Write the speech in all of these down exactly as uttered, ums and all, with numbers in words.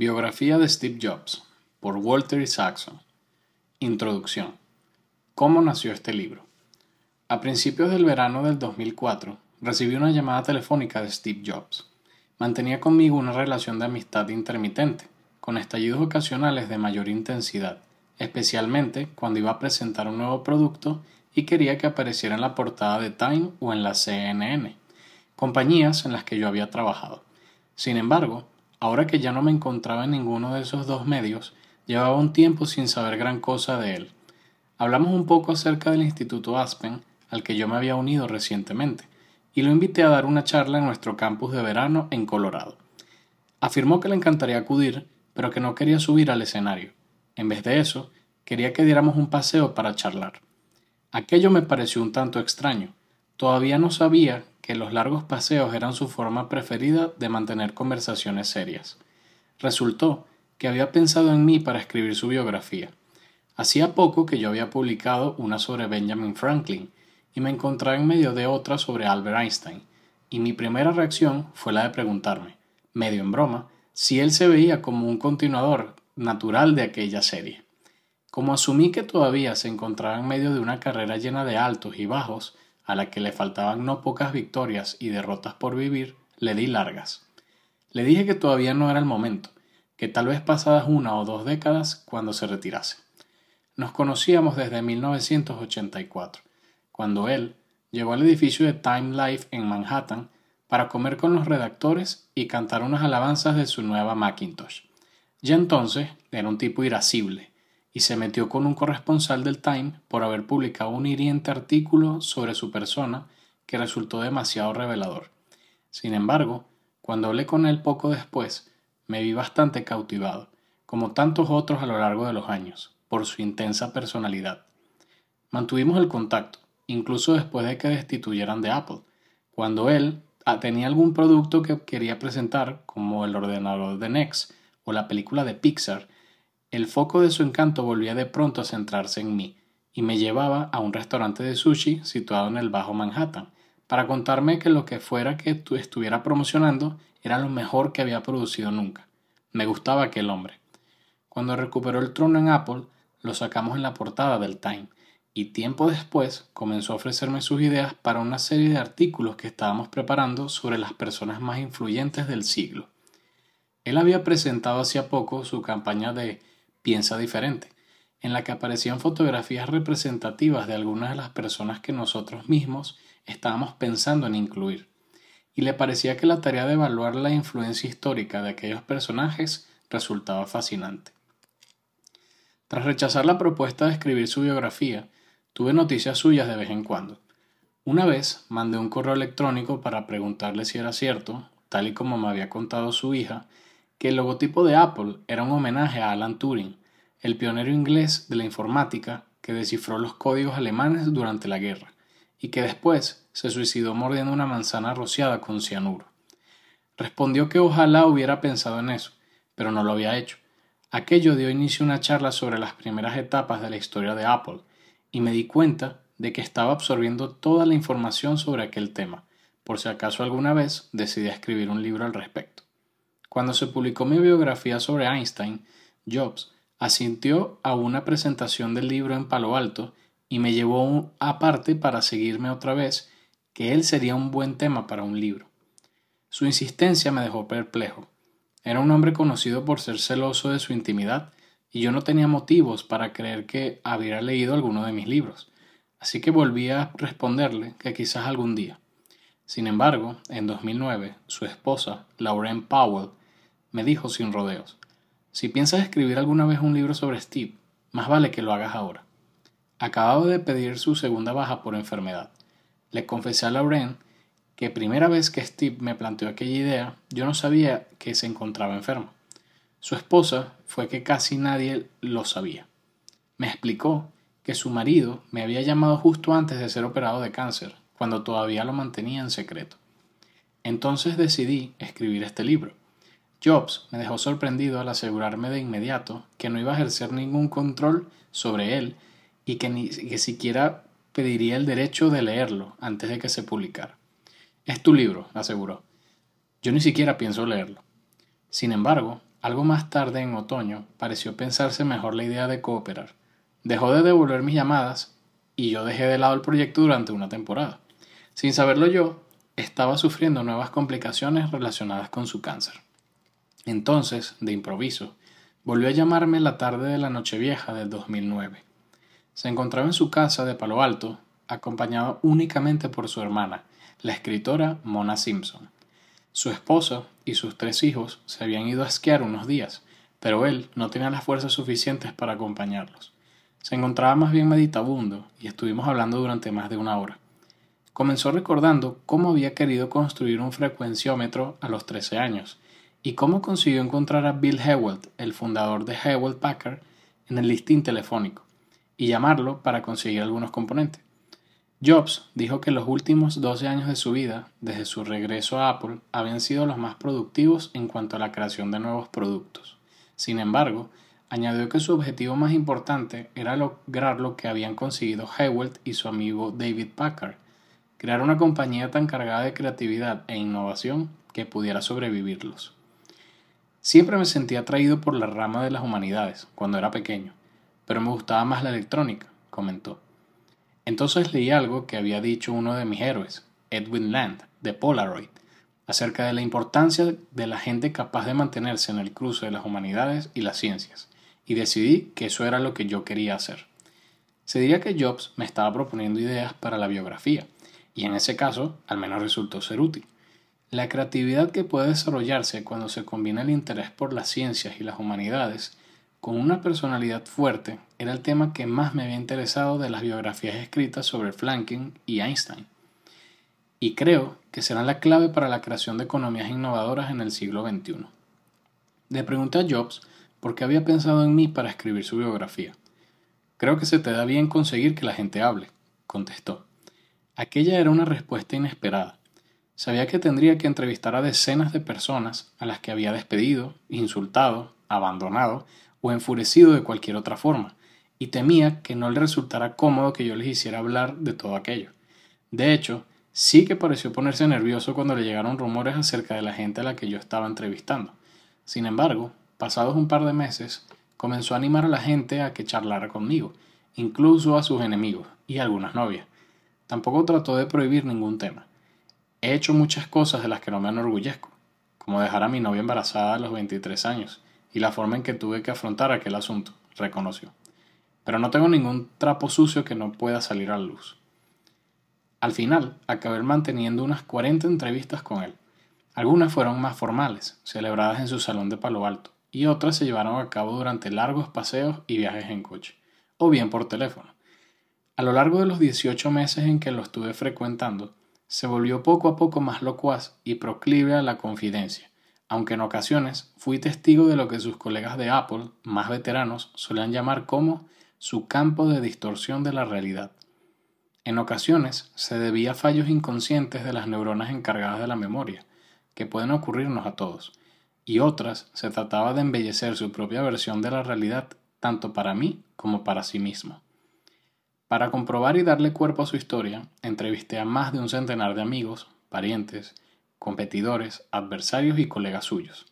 Biografía de Steve Jobs, por Walter Isaacson. Introducción. ¿Cómo nació este libro? A principios del verano del dos mil cuatro, recibí una llamada telefónica de Steve Jobs. Mantenía conmigo una relación de amistad intermitente, con estallidos ocasionales de mayor intensidad, especialmente cuando iba a presentar un nuevo producto y quería que apareciera en la portada de Time o en la C N N, compañías en las que yo había trabajado. Sin embargo, ahora que ya no me encontraba en ninguno de esos dos medios, llevaba un tiempo sin saber gran cosa de él. Hablamos un poco acerca del Instituto Aspen, al que yo me había unido recientemente, y lo invité a dar una charla en nuestro campus de verano en Colorado. Afirmó que le encantaría acudir, pero que no quería subir al escenario. En vez de eso, quería que diéramos un paseo para charlar. Aquello me pareció un tanto extraño. Todavía no sabía que los largos paseos eran su forma preferida de mantener conversaciones serias. Resultó que había pensado en mí para escribir su biografía. Hacía poco que yo había publicado una sobre Benjamin Franklin y me encontraba en medio de otra sobre Albert Einstein, y mi primera reacción fue la de preguntarme, medio en broma, si él se veía como un continuador natural de aquella serie. Como asumí que todavía se encontraba en medio de una carrera llena de altos y bajos, a la que le faltaban no pocas victorias y derrotas por vivir, le di largas. Le dije que todavía no era el momento, que tal vez pasadas una o dos décadas cuando se retirase. Nos conocíamos desde mil novecientos ochenta y cuatro, cuando él llegó al edificio de Time Life en Manhattan para comer con los redactores y cantar unas alabanzas de su nueva Macintosh. Ya entonces era un tipo irascible, y se metió con un corresponsal del Time por haber publicado un hiriente artículo sobre su persona que resultó demasiado revelador. Sin embargo, cuando hablé con él poco después, me vi bastante cautivado, como tantos otros a lo largo de los años, por su intensa personalidad. Mantuvimos el contacto, incluso después de que destituyeran de Apple, cuando él tenía algún producto que quería presentar, como el ordenador de N E X o la película de Pixar. El foco de su encanto volvía de pronto a centrarse en mí, y me llevaba a un restaurante de sushi situado en el Bajo Manhattan, para contarme que lo que fuera que estuviera promocionando era lo mejor que había producido nunca. Me gustaba aquel hombre. Cuando recuperó el trono en Apple, lo sacamos en la portada del Time, y tiempo después comenzó a ofrecerme sus ideas para una serie de artículos que estábamos preparando sobre las personas más influyentes del siglo. Él había presentado hacía poco su campaña de Piensa diferente, en la que aparecían fotografías representativas de algunas de las personas que nosotros mismos estábamos pensando en incluir, y le parecía que la tarea de evaluar la influencia histórica de aquellos personajes resultaba fascinante. Tras rechazar la propuesta de escribir su biografía, tuve noticias suyas de vez en cuando. Una vez mandé un correo electrónico para preguntarle si era cierto, tal y como me había contado su hija, que el logotipo de Apple era un homenaje a Alan Turing, el pionero inglés de la informática que descifró los códigos alemanes durante la guerra, y que después se suicidó mordiendo una manzana rociada con cianuro. Respondió que ojalá hubiera pensado en eso, pero no lo había hecho. Aquello dio inicio a una charla sobre las primeras etapas de la historia de Apple, y me di cuenta de que estaba absorbiendo toda la información sobre aquel tema, por si acaso alguna vez decidí escribir un libro al respecto. Cuando se publicó mi biografía sobre Einstein, Jobs asintió a una presentación del libro en Palo Alto y me llevó aparte para seguirme otra vez que él sería un buen tema para un libro. Su insistencia me dejó perplejo. Era un hombre conocido por ser celoso de su intimidad y yo no tenía motivos para creer que había leído alguno de mis libros, así que volví a responderle que quizás algún día. Sin embargo, en dos mil nueve, su esposa, Lauren Powell, me dijo sin rodeos, si piensas escribir alguna vez un libro sobre Steve, más vale que lo hagas ahora. Acababa de pedir su segunda baja por enfermedad. Le confesé a Lauren que primera vez que Steve me planteó aquella idea, yo no sabía que se encontraba enfermo. Su esposa fue que casi nadie lo sabía. Me explicó que su marido me había llamado justo antes de ser operado de cáncer, cuando todavía lo mantenía en secreto. Entonces decidí escribir este libro. Jobs me dejó sorprendido al asegurarme de inmediato que no iba a ejercer ningún control sobre él y que ni que siquiera pediría el derecho de leerlo antes de que se publicara. Es tu libro, aseguró. Yo ni siquiera pienso leerlo. Sin embargo, algo más tarde en otoño, pareció pensarse mejor la idea de cooperar. Dejó de devolver mis llamadas y yo dejé de lado el proyecto durante una temporada. Sin saberlo yo, estaba sufriendo nuevas complicaciones relacionadas con su cáncer. Entonces, de improviso, volvió a llamarme la tarde de la Nochevieja del dos mil nueve. Se encontraba en su casa de Palo Alto, acompañado únicamente por su hermana, la escritora Mona Simpson. Su esposa y sus tres hijos se habían ido a esquiar unos días, pero él no tenía las fuerzas suficientes para acompañarlos. Se encontraba más bien meditabundo y estuvimos hablando durante más de una hora. Comenzó recordando cómo había querido construir un frecuenciómetro a los trece años y cómo consiguió encontrar a Bill Hewlett, el fundador de Hewlett Packard, en el listín telefónico y llamarlo para conseguir algunos componentes. Jobs dijo que los últimos doce años de su vida, desde su regreso a Apple, habían sido los más productivos en cuanto a la creación de nuevos productos. Sin embargo, añadió que su objetivo más importante era lograr lo que habían conseguido Hewlett y su amigo David Packard, crear una compañía tan cargada de creatividad e innovación que pudiera sobrevivirlos. Siempre me sentía atraído por la rama de las humanidades cuando era pequeño, pero me gustaba más la electrónica, comentó. Entonces leí algo que había dicho uno de mis héroes, Edwin Land, de Polaroid, acerca de la importancia de la gente capaz de mantenerse en el cruce de las humanidades y las ciencias, y decidí que eso era lo que yo quería hacer. Se diría que Jobs me estaba proponiendo ideas para la biografía, y en ese caso, al menos resultó ser útil. La creatividad que puede desarrollarse cuando se combina el interés por las ciencias y las humanidades con una personalidad fuerte era el tema que más me había interesado de las biografías escritas sobre Franklin y Einstein, y creo que serán la clave para la creación de economías innovadoras en el siglo veintiuno. Le pregunté a Jobs por qué había pensado en mí para escribir su biografía. Creo que se te da bien conseguir que la gente hable, contestó. Aquella era una respuesta inesperada. Sabía que tendría que entrevistar a decenas de personas a las que había despedido, insultado, abandonado o enfurecido de cualquier otra forma, y temía que no le resultara cómodo que yo les hiciera hablar de todo aquello. De hecho, sí que pareció ponerse nervioso cuando le llegaron rumores acerca de la gente a la que yo estaba entrevistando. Sin embargo, pasados un par de meses, comenzó a animar a la gente a que charlara conmigo, incluso a sus enemigos y algunas novias. Tampoco trató de prohibir ningún tema. He hecho muchas cosas de las que no me enorgullezco, como dejar a mi novia embarazada a los veintitrés años y la forma en que tuve que afrontar aquel asunto, reconoció. Pero no tengo ningún trapo sucio que no pueda salir a la luz. Al final, acabé manteniendo unas cuarenta entrevistas con él. Algunas fueron más formales, celebradas en su salón de Palo Alto, y otras se llevaron a cabo durante largos paseos y viajes en coche, o bien por teléfono. A lo largo de los dieciocho meses en que lo estuve frecuentando, se volvió poco a poco más locuaz y proclive a la confidencia, aunque en ocasiones fui testigo de lo que sus colegas de Apple, más veteranos, solían llamar como su campo de distorsión de la realidad. En ocasiones se debía a fallos inconscientes de las neuronas encargadas de la memoria, que pueden ocurrirnos a todos, y otras se trataba de embellecer su propia versión de la realidad tanto para mí como para sí mismo. Para comprobar y darle cuerpo a su historia, entrevisté a más de un centenar de amigos, parientes, competidores, adversarios y colegas suyos.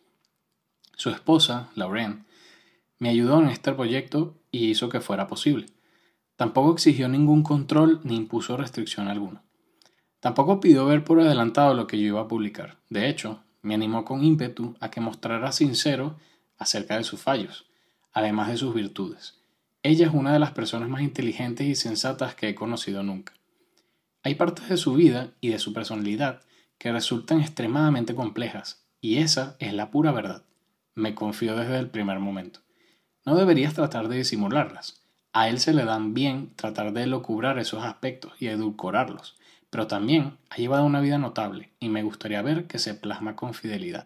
Su esposa, Lauren, me ayudó en este proyecto y hizo que fuera posible. Tampoco exigió ningún control ni impuso restricción alguna. Tampoco pidió ver por adelantado lo que yo iba a publicar. De hecho, me animó con ímpetu a que mostrara sincero acerca de sus fallos, además de sus virtudes. Ella es una de las personas más inteligentes y sensatas que he conocido nunca. Hay partes de su vida y de su personalidad que resultan extremadamente complejas, y esa es la pura verdad. Me confió desde el primer momento. No deberías tratar de disimularlas. A él se le dan bien tratar de elucubrar esos aspectos y edulcorarlos, pero también ha llevado una vida notable y me gustaría ver que se plasma con fidelidad.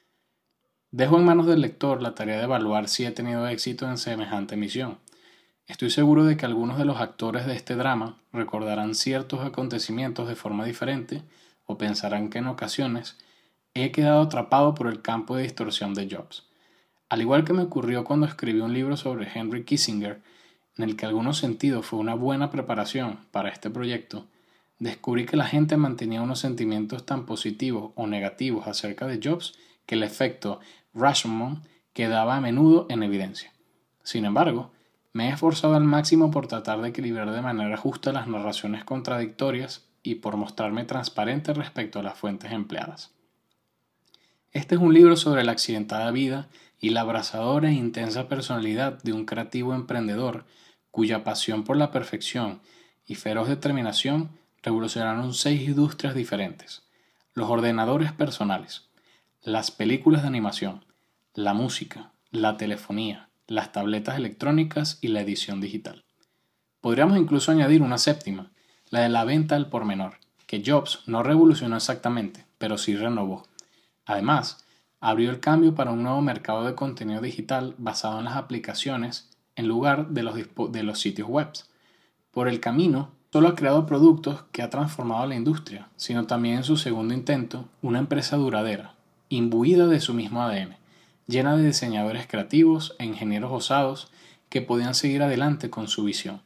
Dejo en manos del lector la tarea de evaluar si he tenido éxito en semejante misión. Estoy seguro de que algunos de los actores de este drama recordarán ciertos acontecimientos de forma diferente o pensarán que en ocasiones he quedado atrapado por el campo de distorsión de Jobs. Al igual que me ocurrió cuando escribí un libro sobre Henry Kissinger, en el que algunos sentidos fue una buena preparación para este proyecto, descubrí que la gente mantenía unos sentimientos tan positivos o negativos acerca de Jobs que el efecto Rashomon, quedaba a menudo en evidencia. Sin embargo, me he esforzado al máximo por tratar de equilibrar de manera justa las narraciones contradictorias y por mostrarme transparente respecto a las fuentes empleadas. Este es un libro sobre la accidentada vida y la abrasadora e intensa personalidad de un creativo emprendedor cuya pasión por la perfección y feroz determinación revolucionaron seis industrias diferentes: los ordenadores personales, las películas de animación, la música, la telefonía, las tabletas electrónicas y la edición digital. Podríamos incluso añadir una séptima, la de la venta al por menor, que Jobs no revolucionó exactamente, pero sí renovó. Además, abrió el cambio para un nuevo mercado de contenido digital basado en las aplicaciones en lugar de los, de los sitios web. Por el camino, solo ha creado productos que ha transformado la industria, sino también en su segundo intento, una empresa duradera, imbuida de su mismo A D N, llena de diseñadores creativos e ingenieros osados que podían seguir adelante con su visión.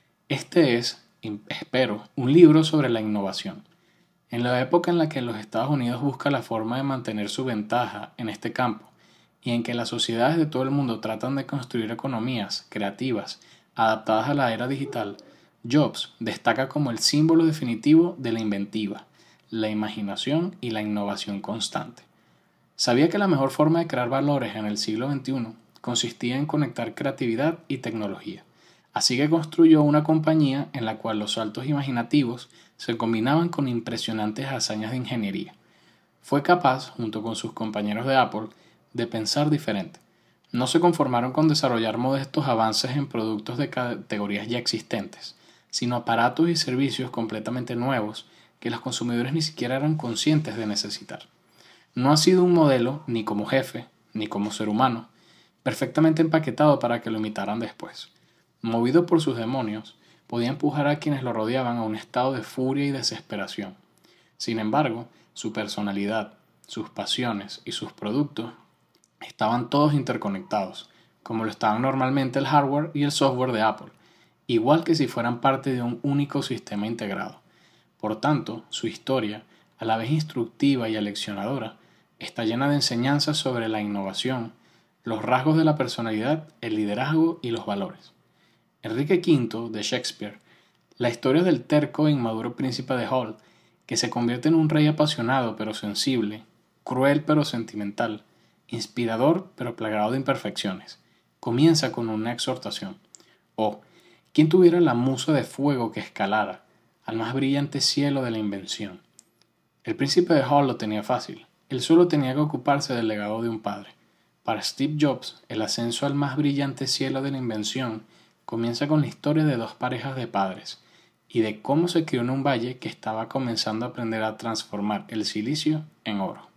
Este es, espero, un libro sobre la innovación. En la época en la que los Estados Unidos busca la forma de mantener su ventaja en este campo y en que las sociedades de todo el mundo tratan de construir economías creativas adaptadas a la era digital, Jobs destaca como el símbolo definitivo de la inventiva, la imaginación y la innovación constante. Sabía que la mejor forma de crear valores en el siglo veintiuno consistía en conectar creatividad y tecnología. Así que construyó una compañía en la cual los saltos imaginativos se combinaban con impresionantes hazañas de ingeniería. Fue capaz, junto con sus compañeros de Apple, de pensar diferente. No se conformaron con desarrollar modestos avances en productos de categorías ya existentes, sino aparatos y servicios completamente nuevos que los consumidores ni siquiera eran conscientes de necesitar. No ha sido un modelo, ni como jefe, ni como ser humano, perfectamente empaquetado para que lo imitaran después. Movido por sus demonios, podía empujar a quienes lo rodeaban a un estado de furia y desesperación. Sin embargo, su personalidad, sus pasiones y sus productos estaban todos interconectados, como lo estaban normalmente el hardware y el software de Apple, igual que si fueran parte de un único sistema integrado. Por tanto, su historia, a la vez instructiva y aleccionadora, está llena de enseñanzas sobre la innovación, los rasgos de la personalidad, el liderazgo y los valores. Enrique quinto, de Shakespeare, la historia del terco e inmaduro príncipe de Hull, que se convierte en un rey apasionado pero sensible, cruel pero sentimental, inspirador pero plagado de imperfecciones, comienza con una exhortación. Oh, ¿quién tuviera la musa de fuego que escalara al más brillante cielo de la invención? El príncipe de Hull lo tenía fácil. Él solo tenía que ocuparse del legado de un padre. Para Steve Jobs, el ascenso al más brillante cielo de la invención comienza con la historia de dos parejas de padres y de cómo se crió en un valle que estaba comenzando a aprender a transformar el silicio en oro.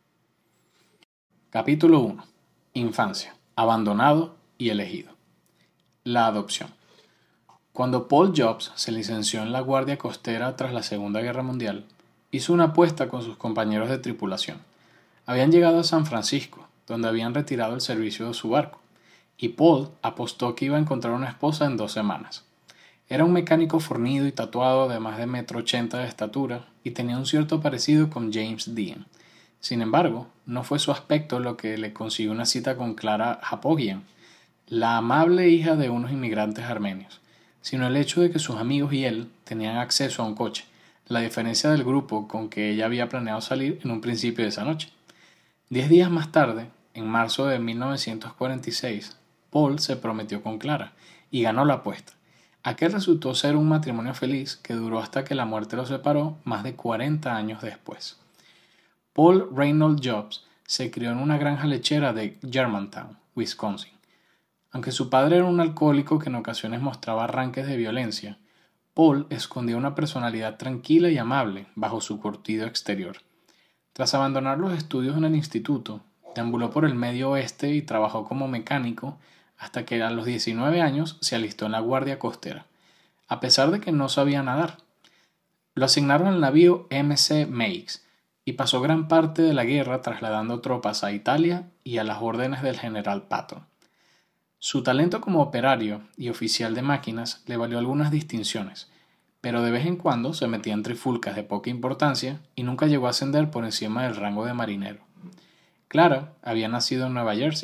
Capítulo uno. Infancia, abandonado y elegido. La adopción. Cuando Paul Jobs se licenció en la Guardia Costera tras la Segunda Guerra Mundial, hizo una apuesta con sus compañeros de tripulación. Habían llegado a San Francisco, donde habían retirado el servicio de su barco, y Paul apostó que iba a encontrar una esposa en dos semanas. Era un mecánico fornido y tatuado de más de metro ochenta de estatura y tenía un cierto parecido con James Dean. Sin embargo, no fue su aspecto lo que le consiguió una cita con Clara Hapogian, la amable hija de unos inmigrantes armenios, sino el hecho de que sus amigos y él tenían acceso a un coche, la diferencia del grupo con que ella había planeado salir en un principio de esa noche. Diez días más tarde, en marzo de mil novecientos cuarenta y seis, Paul se prometió con Clara y ganó la apuesta. Aquel resultó ser un matrimonio feliz que duró hasta que la muerte los separó más de cuarenta años después. Paul Reynold Jobs se crió en una granja lechera de Germantown, Wisconsin. Aunque su padre era un alcohólico que en ocasiones mostraba arranques de violencia, Paul escondía una personalidad tranquila y amable bajo su curtido exterior. Tras abandonar los estudios en el instituto, deambuló por el medio oeste y trabajó como mecánico hasta que a los diecinueve años se alistó en la Guardia Costera, a pesar de que no sabía nadar. Lo asignaron al navío M C Meigs y pasó gran parte de la guerra trasladando tropas a Italia y a las órdenes del general Patton. Su talento como operario y oficial de máquinas le valió algunas distinciones, pero de vez en cuando se metía en trifulcas de poca importancia y nunca llegó a ascender por encima del rango de marinero. Clara había nacido en Nueva Jersey,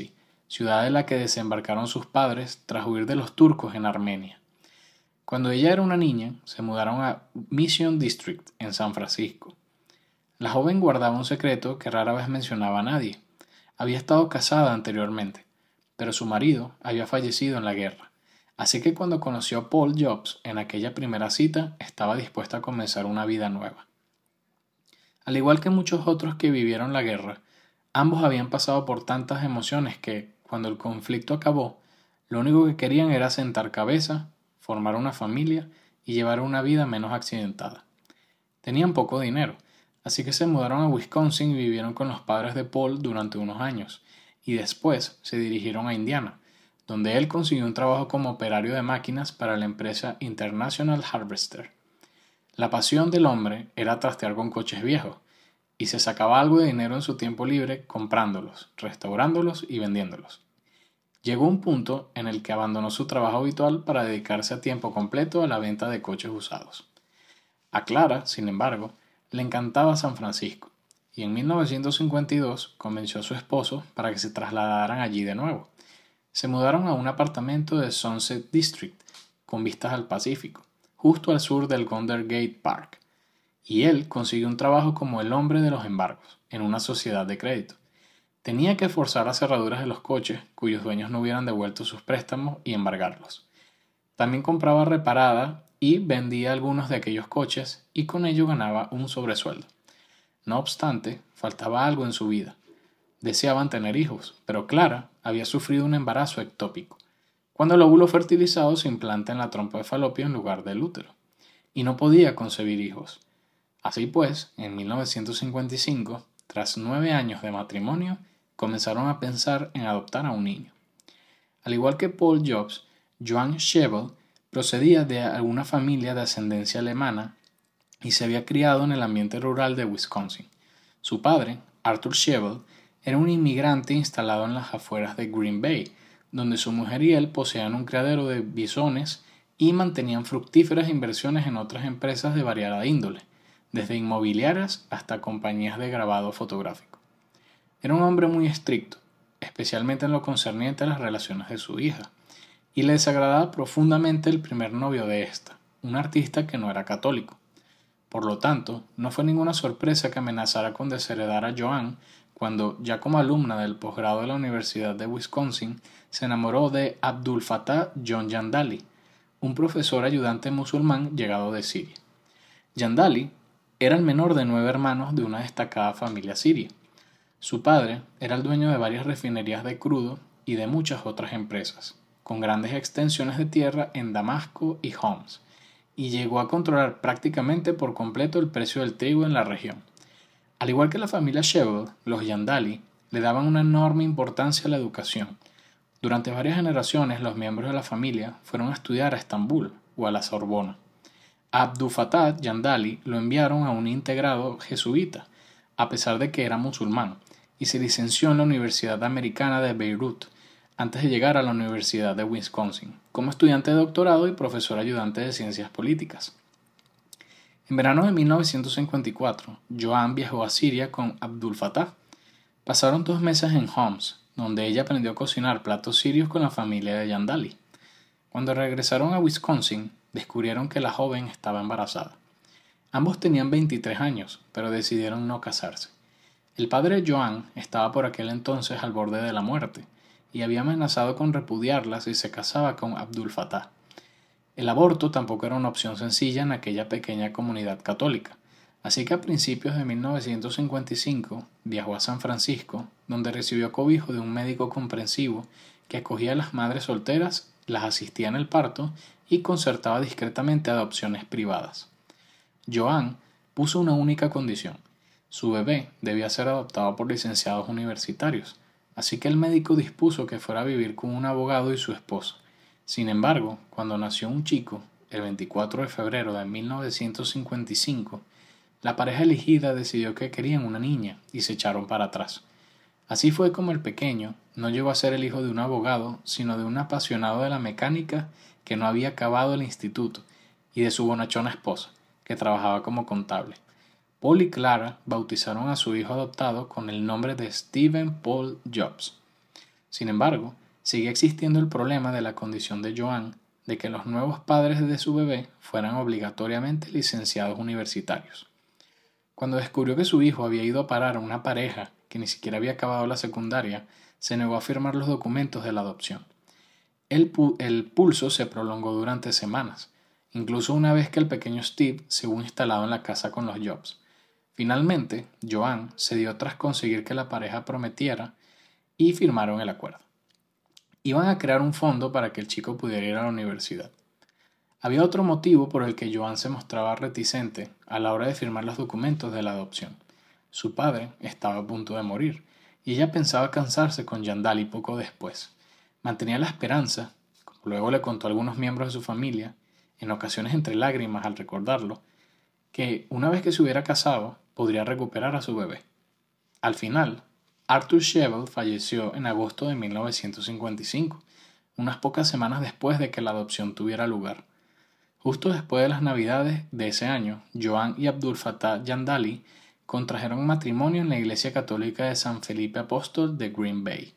ciudad de la que desembarcaron sus padres tras huir de los turcos en Armenia. Cuando ella era una niña, se mudaron a Mission District, en San Francisco. La joven guardaba un secreto que rara vez mencionaba a nadie. Había estado casada anteriormente, pero su marido había fallecido en la guerra. Así que cuando conoció a Paul Jobs en aquella primera cita, estaba dispuesta a comenzar una vida nueva. Al igual que muchos otros que vivieron la guerra, ambos habían pasado por tantas emociones que, cuando el conflicto acabó, lo único que querían era sentar cabeza, formar una familia y llevar una vida menos accidentada. Tenían poco dinero, así que se mudaron a Wisconsin y vivieron con los padres de Paul durante unos años, y después se dirigieron a Indiana, donde él consiguió un trabajo como operario de máquinas para la empresa International Harvester. La pasión del hombre era trastear con coches viejos, y se sacaba algo de dinero en su tiempo libre comprándolos, restaurándolos y vendiéndolos. Llegó un punto en el que abandonó su trabajo habitual para dedicarse a tiempo completo a la venta de coches usados. A Clara, sin embargo, le encantaba San Francisco, y en mil novecientos cincuenta y dos convenció a su esposo para que se trasladaran allí de nuevo. Se mudaron a un apartamento de Sunset District, con vistas al Pacífico, justo al sur del Golden Gate Park, y él consiguió un trabajo como el hombre de los embargos, en una sociedad de crédito. Tenía que forzar las cerraduras de los coches cuyos dueños no hubieran devuelto sus préstamos y embargarlos. También compraba reparada y vendía algunos de aquellos coches y con ello ganaba un sobresueldo. No obstante, faltaba algo en su vida. Deseaban tener hijos, pero Clara había sufrido un embarazo ectópico, cuando el óvulo fertilizado se implanta en la trompa de Falopio en lugar del útero, y no podía concebir hijos. Así pues, en mil novecientos cincuenta y cinco, tras nueve años de matrimonio, comenzaron a pensar en adoptar a un niño. Al igual que Paul Jobs, Joan Schevel procedía de una familia de ascendencia alemana y se había criado en el ambiente rural de Wisconsin. Su padre, Arthur Schevel, era un inmigrante instalado en las afueras de Green Bay, donde su mujer y él poseían un criadero de bisones y mantenían fructíferas inversiones en otras empresas de variada índole, desde inmobiliarias hasta compañías de grabado fotográfico. Era un hombre muy estricto, especialmente en lo concerniente a las relaciones de su hija, y le desagradaba profundamente el primer novio de ésta, un artista que no era católico. Por lo tanto, no fue ninguna sorpresa que amenazara con desheredar a Joan cuando, ya como alumna del posgrado de la Universidad de Wisconsin, se enamoró de Abdul Fattah John Jandali, un profesor ayudante musulmán llegado de Siria. Jandali era el menor de nueve hermanos de una destacada familia siria. Su padre era el dueño de varias refinerías de crudo y de muchas otras empresas, con grandes extensiones de tierra en Damasco y Homs, y llegó a controlar prácticamente por completo el precio del trigo en la región. Al igual que la familia Schevel, los Jandali le daban una enorme importancia a la educación. Durante varias generaciones los miembros de la familia fueron a estudiar a Estambul o a la Sorbona. A Abdul Fattah Jandali lo enviaron a un integrado jesuita, a pesar de que era musulmán, y se licenció en la Universidad Americana de Beirut, antes de llegar a la Universidad de Wisconsin, como estudiante de doctorado y profesor ayudante de ciencias políticas. En verano de mil novecientos cincuenta y cuatro, Joan viajó a Siria con Abdul Fattah. Pasaron dos meses en Homs, donde ella aprendió a cocinar platos sirios con la familia de Jandali. Cuando regresaron a Wisconsin, descubrieron que la joven estaba embarazada. Ambos tenían veintitrés años, pero decidieron no casarse. El padre de Joan estaba por aquel entonces al borde de la muerte, y había amenazado con repudiarla si se casaba con Abdul Fattah. El aborto tampoco era una opción sencilla en aquella pequeña comunidad católica, así que a principios de mil novecientos cincuenta y cinco viajó a San Francisco, donde recibió cobijo de un médico comprensivo que acogía a las madres solteras, las asistía en el parto y concertaba discretamente adopciones privadas. Joan puso una única condición: su bebé debía ser adoptado por licenciados universitarios, así que el médico dispuso que fuera a vivir con un abogado y su esposa. Sin embargo, cuando nació un chico, el veinticuatro de febrero de mil novecientos cincuenta y cinco, la pareja elegida decidió que querían una niña y se echaron para atrás. Así fue como el pequeño no llegó a ser el hijo de un abogado, sino de un apasionado de la mecánica que no había acabado el instituto, y de su bonachona esposa, que trabajaba como contable. Paul y Clara bautizaron a su hijo adoptado con el nombre de Stephen Paul Jobs. Sin embargo, sigue existiendo el problema de la condición de Joan de que los nuevos padres de su bebé fueran obligatoriamente licenciados universitarios. Cuando descubrió que su hijo había ido a parar a una pareja que ni siquiera había acabado la secundaria, se negó a firmar los documentos de la adopción. El, pu el pulso se prolongó durante semanas, incluso una vez que el pequeño Steve se hubo instalado en la casa con los Jobs. Finalmente, Joan cedió tras conseguir que la pareja prometiera y firmaron el acuerdo. Iban a crear un fondo para que el chico pudiera ir a la universidad. Había otro motivo por el que Joan se mostraba reticente a la hora de firmar los documentos de la adopción. Su padre estaba a punto de morir y ella pensaba casarse con Yandali poco después. Mantenía la esperanza, como luego le contó a algunos miembros de su familia, en ocasiones entre lágrimas al recordarlo, que una vez que se hubiera casado podría recuperar a su bebé. Al final, Arthur Shevell falleció en agosto de mil novecientos cincuenta y cinco, unas pocas semanas después de que la adopción tuviera lugar. Justo después de las navidades de ese año, Joan y Abdul Fattah Yandali contrajeron matrimonio en la iglesia católica de San Felipe Apóstol de Green Bay.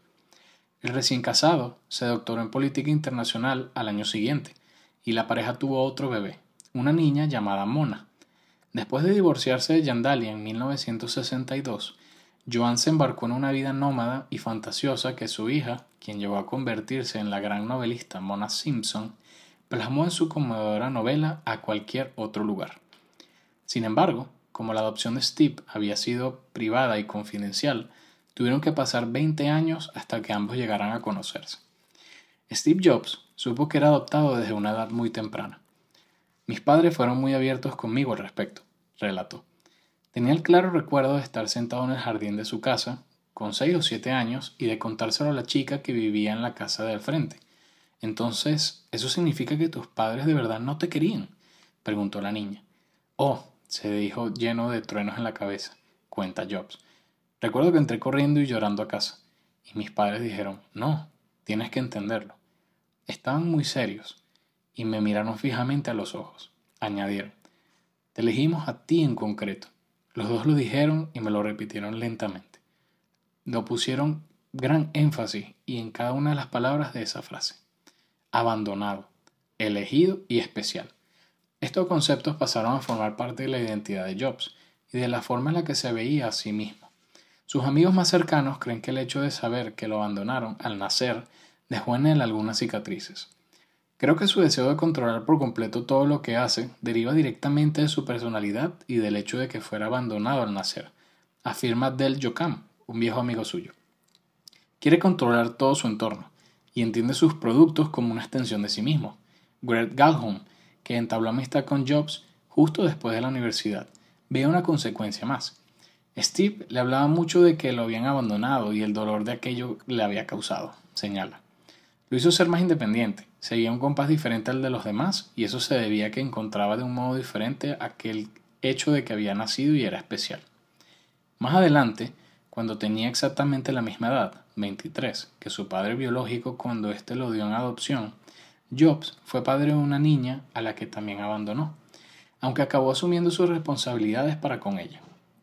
El recién casado se doctoró en política internacional al año siguiente y la pareja tuvo otro bebé, una niña llamada Mona. Después de divorciarse de Yandali en mil novecientos sesenta y dos, Joan se embarcó en una vida nómada y fantasiosa que su hija, quien llegó a convertirse en la gran novelista Mona Simpson, plasmó en su conmovedora novela A cualquier otro lugar. Sin embargo, como la adopción de Steve había sido privada y confidencial, tuvieron que pasar veinte años hasta que ambos llegaran a conocerse. Steve Jobs supo que era adoptado desde una edad muy temprana. Mis padres fueron muy abiertos conmigo al respecto, relató. Tenía el claro recuerdo de estar sentado en el jardín de su casa, con seis o siete años, y de contárselo a la chica que vivía en la casa del frente. Entonces, ¿eso significa que tus padres de verdad no te querían?, preguntó la niña. Oh, se dijo lleno de truenos en la cabeza, cuenta Jobs. Recuerdo que entré corriendo y llorando a casa, y mis padres dijeron, no, tienes que entenderlo. Estaban muy serios, y me miraron fijamente a los ojos. Añadieron, te elegimos a ti en concreto. Los dos lo dijeron y me lo repitieron lentamente. Lo pusieron gran énfasis y en cada una de las palabras de esa frase. Abandonado, elegido y especial. Estos conceptos pasaron a formar parte de la identidad de Jobs y de la forma en la que se veía a sí mismo. Sus amigos más cercanos creen que el hecho de saber que lo abandonaron al nacer dejó en él algunas cicatrices. Creo que su deseo de controlar por completo todo lo que hace deriva directamente de su personalidad y del hecho de que fuera abandonado al nacer, afirma Del Yocam, un viejo amigo suyo. Quiere controlar todo su entorno y entiende sus productos como una extensión de sí mismo. Greg Gallholm, que entabló amistad con Jobs justo después de la universidad, ve una consecuencia más. Steve le hablaba mucho de que lo habían abandonado y el dolor de aquello le había causado, señala. Lo hizo ser más independiente, seguía un compás diferente al de los demás y eso se debía a que encontraba de un modo diferente aquel hecho de que había nacido y era especial. Más adelante, cuando tenía exactamente la misma edad, veintitrés, que su padre biológico cuando éste lo dio en adopción, Jobs fue padre de una niña a la que también abandonó, aunque acabó asumiendo sus responsabilidades para con ella.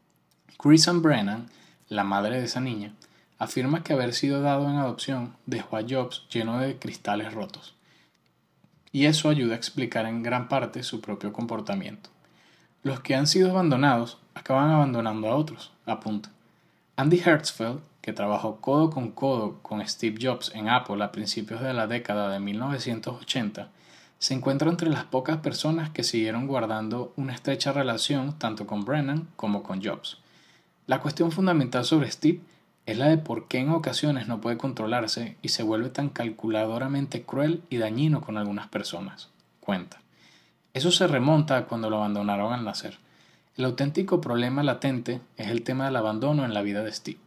Kristen Brennan, la madre de esa niña, afirma que haber sido dado en adopción dejó a Jobs lleno de cristales rotos, y eso ayuda a explicar en gran parte su propio comportamiento. Los que han sido abandonados acaban abandonando a otros, apunta. Andy Hertzfeld, que trabajó codo con codo con Steve Jobs en Apple a principios de la década de mil novecientos ochenta, se encuentra entre las pocas personas que siguieron guardando una estrecha relación tanto con Brennan como con Jobs. La cuestión fundamental sobre Steve es la de por qué en ocasiones no puede controlarse y se vuelve tan calculadoramente cruel y dañino con algunas personas, cuenta. Eso se remonta a cuando lo abandonaron al nacer. El auténtico problema latente es el tema del abandono en la vida de Steve.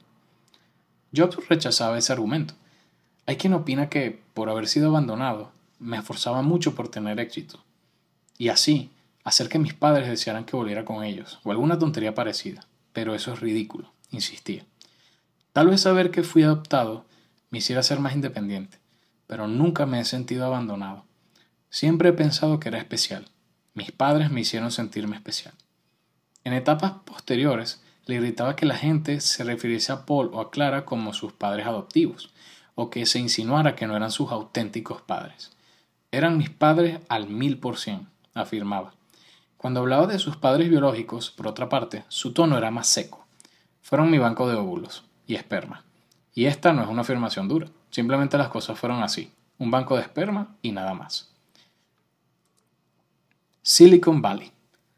Jobs rechazaba ese argumento. Hay quien opina que, por haber sido abandonado, me esforzaba mucho por tener éxito. Y así, hacer que mis padres desearan que volviera con ellos, o alguna tontería parecida. Pero eso es ridículo, insistía. Tal vez saber que fui adoptado me hiciera ser más independiente, pero nunca me he sentido abandonado. Siempre he pensado que era especial. Mis padres me hicieron sentirme especial. En etapas posteriores, le irritaba que la gente se refiriese a Paul o a Clara como sus padres adoptivos, o que se insinuara que no eran sus auténticos padres. Eran mis padres al mil por cien, afirmaba. Cuando hablaba de sus padres biológicos, por otra parte, su tono era más seco. Fueron mi banco de óvulos y esperma. Y esta no es una afirmación dura, simplemente las cosas fueron así, un banco de esperma y nada más. Silicon Valley.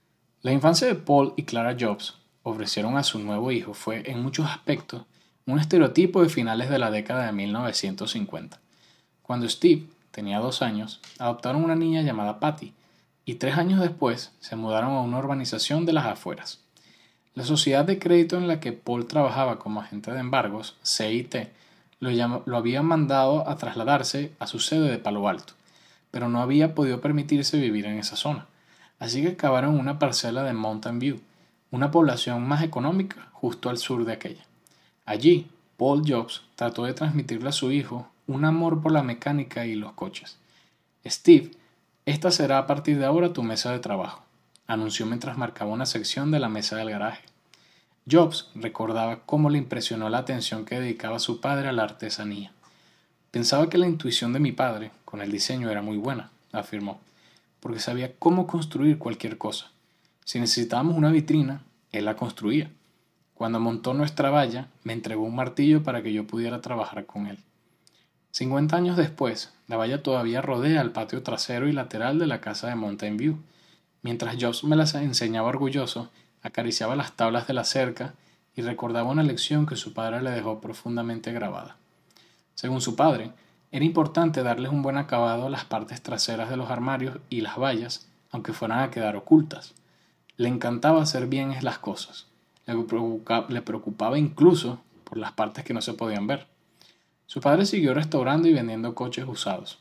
La infancia de Paul y Clara Jobs ofrecieron a su nuevo hijo fue, en muchos aspectos, un estereotipo de finales de la década de mil novecientos cincuenta. Cuando Steve tenía dos años, adoptaron una niña llamada Patty, y tres años después se mudaron a una urbanización de las afueras. La sociedad de crédito en la que Paul trabajaba como agente de embargos, C I T, lo, llam- lo había mandado a trasladarse a su sede de Palo Alto, pero no había podido permitirse vivir en esa zona, así que acabaron en una parcela de Mountain View, una población más económica justo al sur de aquella. Allí, Paul Jobs trató de transmitirle a su hijo un amor por la mecánica y los coches. Steve, esta será a partir de ahora tu mesa de trabajo, anunció mientras marcaba una sección de la mesa del garaje. Jobs recordaba cómo le impresionó la atención que dedicaba su padre a la artesanía. Pensaba que la intuición de mi padre con el diseño era muy buena, afirmó, porque sabía cómo construir cualquier cosa. Si necesitábamos una vitrina, él la construía. Cuando montó nuestra valla, me entregó un martillo para que yo pudiera trabajar con él. Cincuenta años después, la valla todavía rodea el patio trasero y lateral de la casa de Mountain View. Mientras Jobs me las enseñaba orgulloso, acariciaba las tablas de la cerca y recordaba una lección que su padre le dejó profundamente grabada. Según su padre, era importante darles un buen acabado a las partes traseras de los armarios y las vallas, aunque fueran a quedar ocultas. Le encantaba hacer bien las cosas. Le preocupaba, le preocupaba incluso por las partes que no se podían ver. Su padre siguió restaurando y vendiendo coches usados,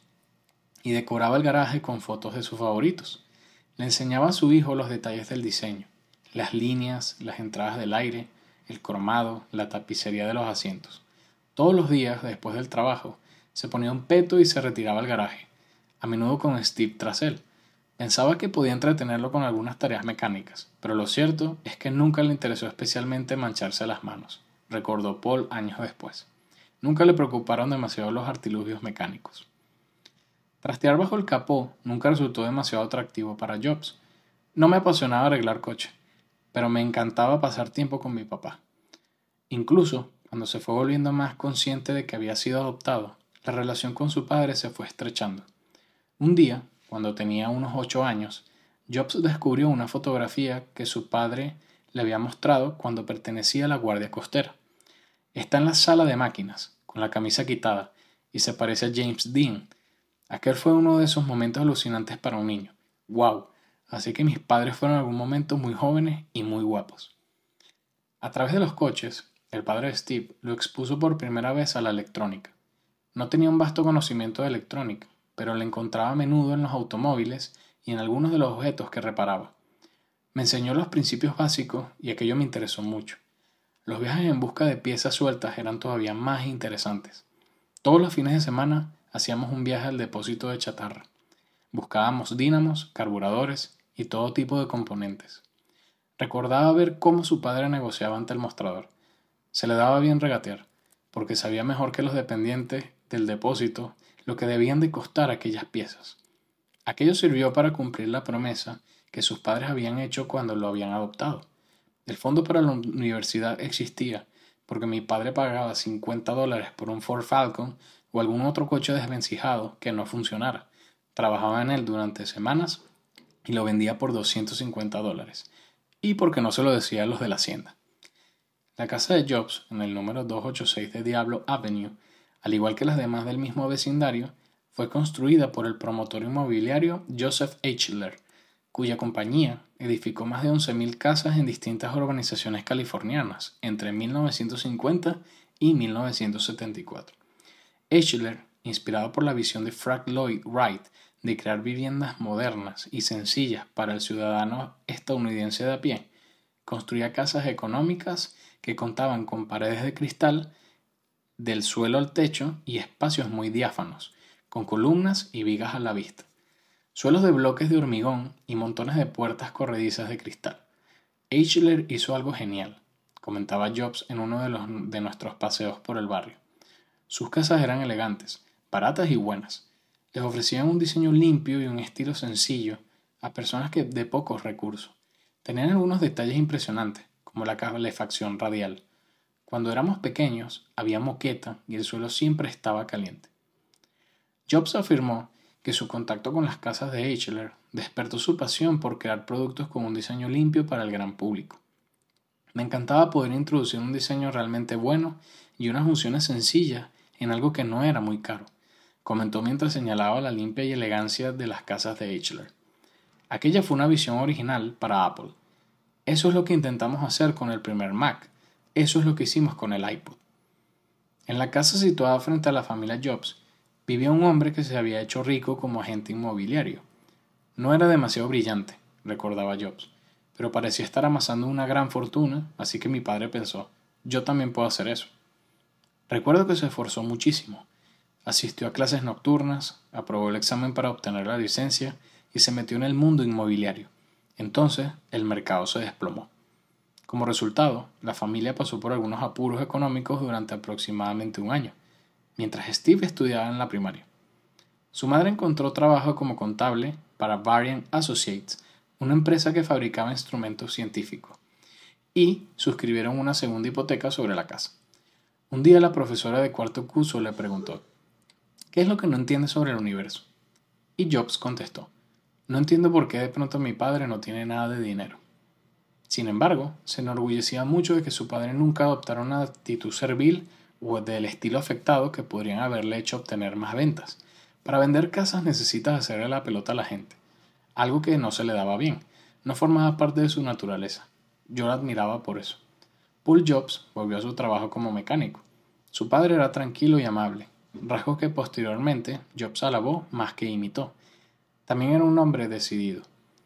y decoraba el garaje con fotos de sus favoritos. Le enseñaba a su hijo los detalles del diseño, las líneas, las entradas del aire, el cromado, la tapicería de los asientos. Todos los días, después del trabajo, se ponía un peto y se retiraba al garaje, a menudo con Steve tras él. Pensaba que podía entretenerlo con algunas tareas mecánicas, pero lo cierto es que nunca le interesó especialmente mancharse las manos, recordó Paul años después. Nunca le preocuparon demasiado los artilugios mecánicos. Trastear bajo el capó nunca resultó demasiado atractivo para Jobs. No me apasionaba arreglar coches, pero me encantaba pasar tiempo con mi papá. Incluso, cuando se fue volviendo más consciente de que había sido adoptado, la relación con su padre se fue estrechando. Un día, cuando tenía unos ocho años, Jobs descubrió una fotografía que su padre le había mostrado cuando pertenecía a la Guardia Costera. Está en la sala de máquinas, con la camisa quitada, y se parece a James Dean. Aquel fue uno de esos momentos alucinantes para un niño. ¡Wow! Así que mis padres fueron en algún momento muy jóvenes y muy guapos. A través de los coches, el padre de Steve lo expuso por primera vez a la electrónica. No tenía un vasto conocimiento de electrónica, pero le encontraba a menudo en los automóviles y en algunos de los objetos que reparaba. Me enseñó los principios básicos y aquello me interesó mucho. Los viajes en busca de piezas sueltas eran todavía más interesantes. Todos los fines de semana hacíamos un viaje al depósito de chatarra. Buscábamos dínamos, carburadores y todo tipo de componentes. Recordaba ver cómo su padre negociaba ante el mostrador. Se le daba bien regatear, porque sabía mejor que los dependientes del depósito lo que debían de costar aquellas piezas. Aquello sirvió para cumplir la promesa que sus padres habían hecho cuando lo habían adoptado. El fondo para la universidad existía porque mi padre pagaba cincuenta dólares por un Ford Falcon o algún otro coche desvencijado que no funcionara. Trabajaba en él durante semanas y lo vendía por doscientos cincuenta dólares. Y porque no se lo decía a los de la hacienda. La casa de Jobs, en el número doscientos ochenta y seis de Diablo Avenue, al igual que las demás del mismo vecindario, fue construida por el promotor inmobiliario Joseph Eichler, cuya compañía edificó más de once mil casas en distintas urbanizaciones californianas entre mil novecientos cincuenta y mil novecientos setenta y cuatro. Eichler, inspirado por la visión de Frank Lloyd Wright de crear viviendas modernas y sencillas para el ciudadano estadounidense de a pie, construía casas económicas que contaban con paredes de cristal del suelo al techo y espacios muy diáfanos, con columnas y vigas a la vista, suelos de bloques de hormigón y montones de puertas corredizas de cristal. Eichler hizo algo genial, comentaba Jobs en uno de, los, de nuestros paseos por el barrio. Sus casas eran elegantes, baratas y buenas. Les ofrecían un diseño limpio y un estilo sencillo a personas que de pocos recursos. Tenían algunos detalles impresionantes, como la calefacción radial. Cuando éramos pequeños, había moqueta y el suelo siempre estaba caliente. Jobs afirmó que su contacto con las casas de Eichler despertó su pasión por crear productos con un diseño limpio para el gran público. Me encantaba poder introducir un diseño realmente bueno y unas funciones sencillas en algo que no era muy caro, comentó mientras señalaba la limpia y elegancia de las casas de Eichler. Aquella fue una visión original para Apple. Eso es lo que intentamos hacer con el primer Mac. Eso es lo que hicimos con el iPod. En la casa situada frente a la familia Jobs, vivía un hombre que se había hecho rico como agente inmobiliario. No era demasiado brillante, recordaba Jobs, pero parecía estar amasando una gran fortuna, así que mi padre pensó, yo también puedo hacer eso. Recuerdo que se esforzó muchísimo. Asistió a clases nocturnas, aprobó el examen para obtener la licencia y se metió en el mundo inmobiliario. Entonces, el mercado se desplomó. Como resultado, la familia pasó por algunos apuros económicos durante aproximadamente un año, mientras Steve estudiaba en la primaria. Su madre encontró trabajo como contable para Varian Associates, una empresa que fabricaba instrumentos científicos, y suscribieron una segunda hipoteca sobre la casa. Un día la profesora de cuarto curso le preguntó, ¿qué es lo que no entiendes sobre el universo? Y Jobs contestó, no entiendo por qué de pronto mi padre no tiene nada de dinero. Sin embargo, se enorgullecía mucho de que su padre nunca adoptara una actitud servil o del estilo afectado que podrían haberle hecho obtener más ventas. Para vender casas necesitas hacerle la pelota a la gente, algo que no se le daba bien, no formaba parte de su naturaleza. Yo la admiraba por eso. Paul Jobs volvió a su trabajo como mecánico. Su padre era tranquilo y amable, rasgos que posteriormente Jobs alabó más que imitó. También era un hombre decidido.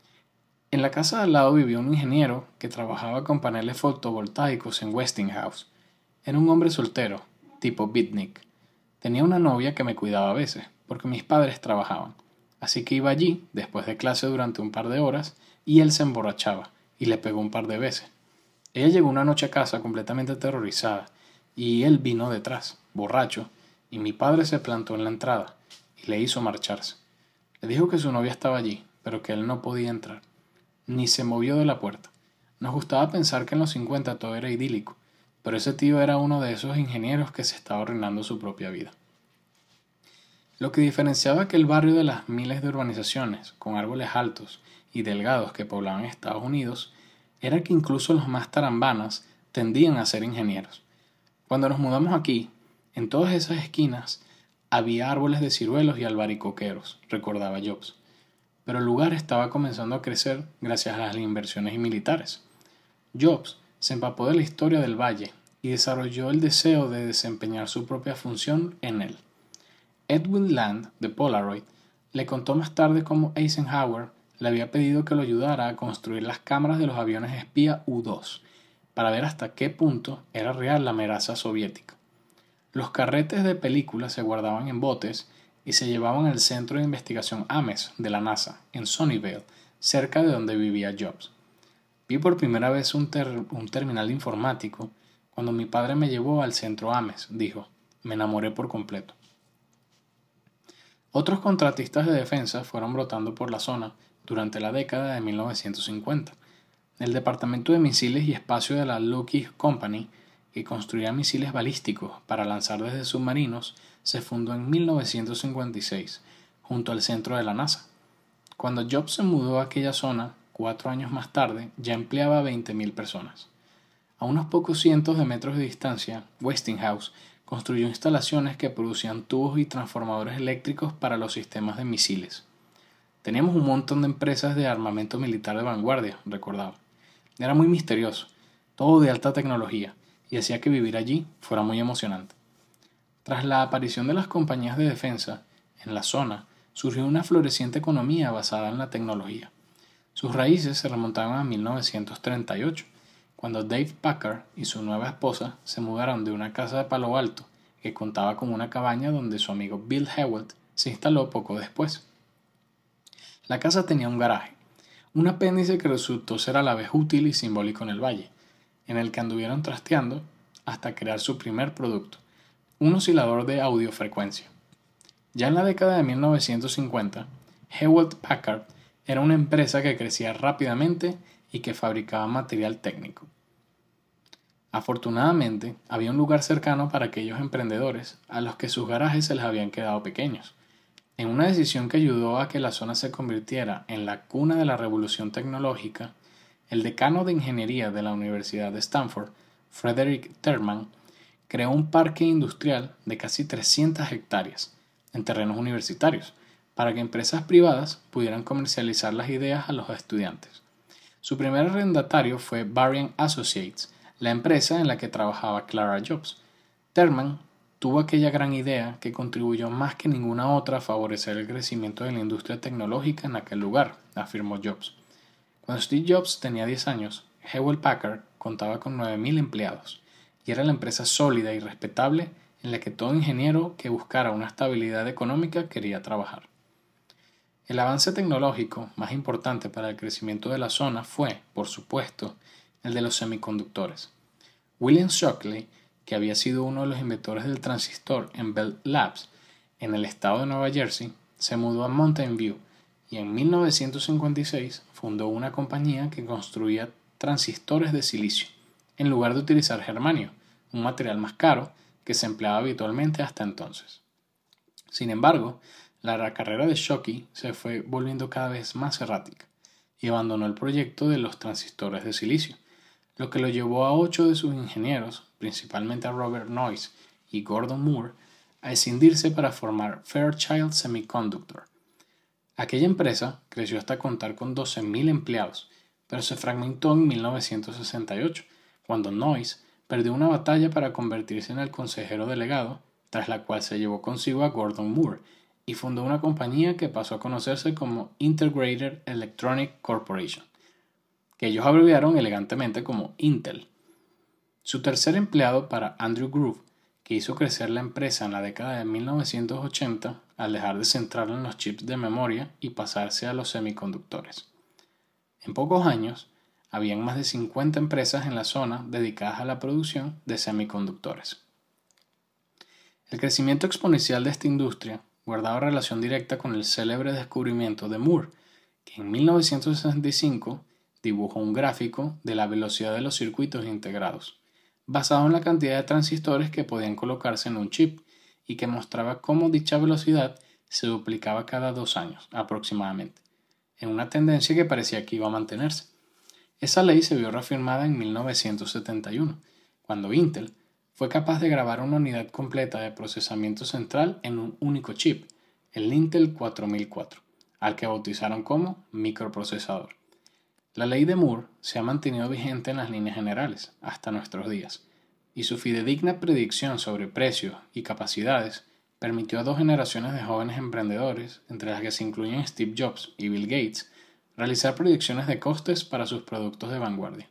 En la casa de al lado vivía un ingeniero que trabajaba con paneles fotovoltaicos en Westinghouse. Era un hombre soltero, tipo beatnik. Tenía una novia que me cuidaba a veces, porque mis padres trabajaban. Así que iba allí, después de clase durante un par de horas, y él se emborrachaba, y le pegó un par de veces. Ella llegó una noche a casa completamente aterrorizada, y él vino detrás, borracho, y mi padre se plantó en la entrada, y le hizo marcharse. Le dijo que su novia estaba allí, pero que él no podía entrar. Ni se movió de la puerta. Nos gustaba pensar que en los cincuenta todo era idílico, pero ese tío era uno de esos ingenieros que se estaba arruinando su propia vida. Lo que diferenciaba aquel barrio de las miles de urbanizaciones, con árboles altos y delgados que poblaban Estados Unidos, era que incluso los más tarambanas tendían a ser ingenieros. Cuando nos mudamos aquí, en todas esas esquinas había árboles de ciruelos y albaricoqueros, recordaba Jobs. Pero el lugar estaba comenzando a crecer gracias a las inversiones militares. Jobs se empapó de la historia del valle y desarrolló el deseo de desempeñar su propia función en él. Edwin Land, de Polaroid, le contó más tarde cómo Eisenhower le había pedido que lo ayudara a construir las cámaras de los aviones espía U dos para ver hasta qué punto era real la amenaza soviética. Los carretes de películas se guardaban en botes y se llevaban al Centro de Investigación Ames de la NASA, en Sunnyvale, cerca de donde vivía Jobs. Vi por primera vez un, ter un terminal informático cuando mi padre me llevó al Centro Ames, dijo. Me enamoré por completo. Otros contratistas de defensa fueron brotando por la zona durante la década de mil novecientos cincuenta. El Departamento de Misiles y Espacio de la Lockheed Company, que construía misiles balísticos para lanzar desde submarinos, se fundó en mil novecientos cincuenta y seis, junto al centro de la NASA. Cuando Jobs se mudó a aquella zona, cuatro años más tarde, ya empleaba a veinte mil personas. A unos pocos cientos de metros de distancia, Westinghouse construyó instalaciones que producían tubos y transformadores eléctricos para los sistemas de misiles. Teníamos un montón de empresas de armamento militar de vanguardia, recordaba. Era muy misterioso, todo de alta tecnología, y hacía que vivir allí fuera muy emocionante. Tras la aparición de las compañías de defensa, en la zona surgió una floreciente economía basada en la tecnología. Sus raíces se remontaban a mil novecientos treinta y ocho, cuando Dave Packard y su nueva esposa se mudaron de una casa de Palo Alto que contaba con una cabaña donde su amigo Bill Hewitt se instaló poco después. La casa tenía un garaje, un apéndice que resultó ser a la vez útil y simbólico en el valle, en el que anduvieron trasteando hasta crear su primer producto, un oscilador de audiofrecuencia. Ya en la década de mil novecientos cincuenta, Hewlett Packard era una empresa que crecía rápidamente y que fabricaba material técnico. Afortunadamente, había un lugar cercano para aquellos emprendedores a los que sus garajes se les habían quedado pequeños. En una decisión que ayudó a que la zona se convirtiera en la cuna de la revolución tecnológica, el decano de ingeniería de la Universidad de Stanford, Frederick Terman, creó un parque industrial de casi trescientas hectáreas en terrenos universitarios para que empresas privadas pudieran comercializar las ideas a los estudiantes. Su primer arrendatario fue Barry Associates, la empresa en la que trabajaba Clara Jobs. Terman tuvo aquella gran idea que contribuyó más que ninguna otra a favorecer el crecimiento de la industria tecnológica en aquel lugar, afirmó Jobs. Cuando Steve Jobs tenía diez años, Hewlett Packard contaba con nueve mil empleados y era la empresa sólida y respetable en la que todo ingeniero que buscara una estabilidad económica quería trabajar. El avance tecnológico más importante para el crecimiento de la zona fue, por supuesto, el de los semiconductores. William Shockley, que había sido uno de los inventores del transistor en Bell Labs, en el estado de Nueva Jersey, se mudó a Mountain View y en mil novecientos cincuenta y seis fundó una compañía que construía transistores de silicio, en lugar de utilizar germanio, un material más caro que se empleaba habitualmente hasta entonces. Sin embargo, la carrera de Shockey se fue volviendo cada vez más errática y abandonó el proyecto de los transistores de silicio, lo que lo llevó a ocho de sus ingenieros, principalmente a Robert Noyce y Gordon Moore, a escindirse para formar Fairchild Semiconductor. Aquella empresa creció hasta contar con doce mil empleados, pero se fragmentó en mil novecientos sesenta y ocho, cuando Noyce perdió una batalla para convertirse en el consejero delegado, tras la cual se llevó consigo a Gordon Moore, y fundó una compañía que pasó a conocerse como Integrated Electronic Corporation, que ellos abreviaron elegantemente como Intel. Su tercer empleado para Andrew Grove, que hizo crecer la empresa en la década de mil novecientos ochenta al dejar de centrarla en los chips de memoria y pasarse a los semiconductores. En pocos años, habían más de cincuenta empresas en la zona dedicadas a la producción de semiconductores. El crecimiento exponencial de esta industria guardaba relación directa con el célebre descubrimiento de Moore, que en mil novecientos sesenta y cinco dibujó un gráfico de la velocidad de los circuitos integrados, basado en la cantidad de transistores que podían colocarse en un chip y que mostraba cómo dicha velocidad se duplicaba cada dos años aproximadamente, en una tendencia que parecía que iba a mantenerse. Esa ley se vio reafirmada en mil novecientos setenta y uno, cuando Intel fue capaz de grabar una unidad completa de procesamiento central en un único chip, el Intel cuatro mil cuatro, al que bautizaron como microprocesador. La ley de Moore se ha mantenido vigente en las líneas generales hasta nuestros días, y su fidedigna predicción sobre precios y capacidades permitió a dos generaciones de jóvenes emprendedores, entre las que se incluyen Steve Jobs y Bill Gates, realizar proyecciones de costes para sus productos de vanguardia.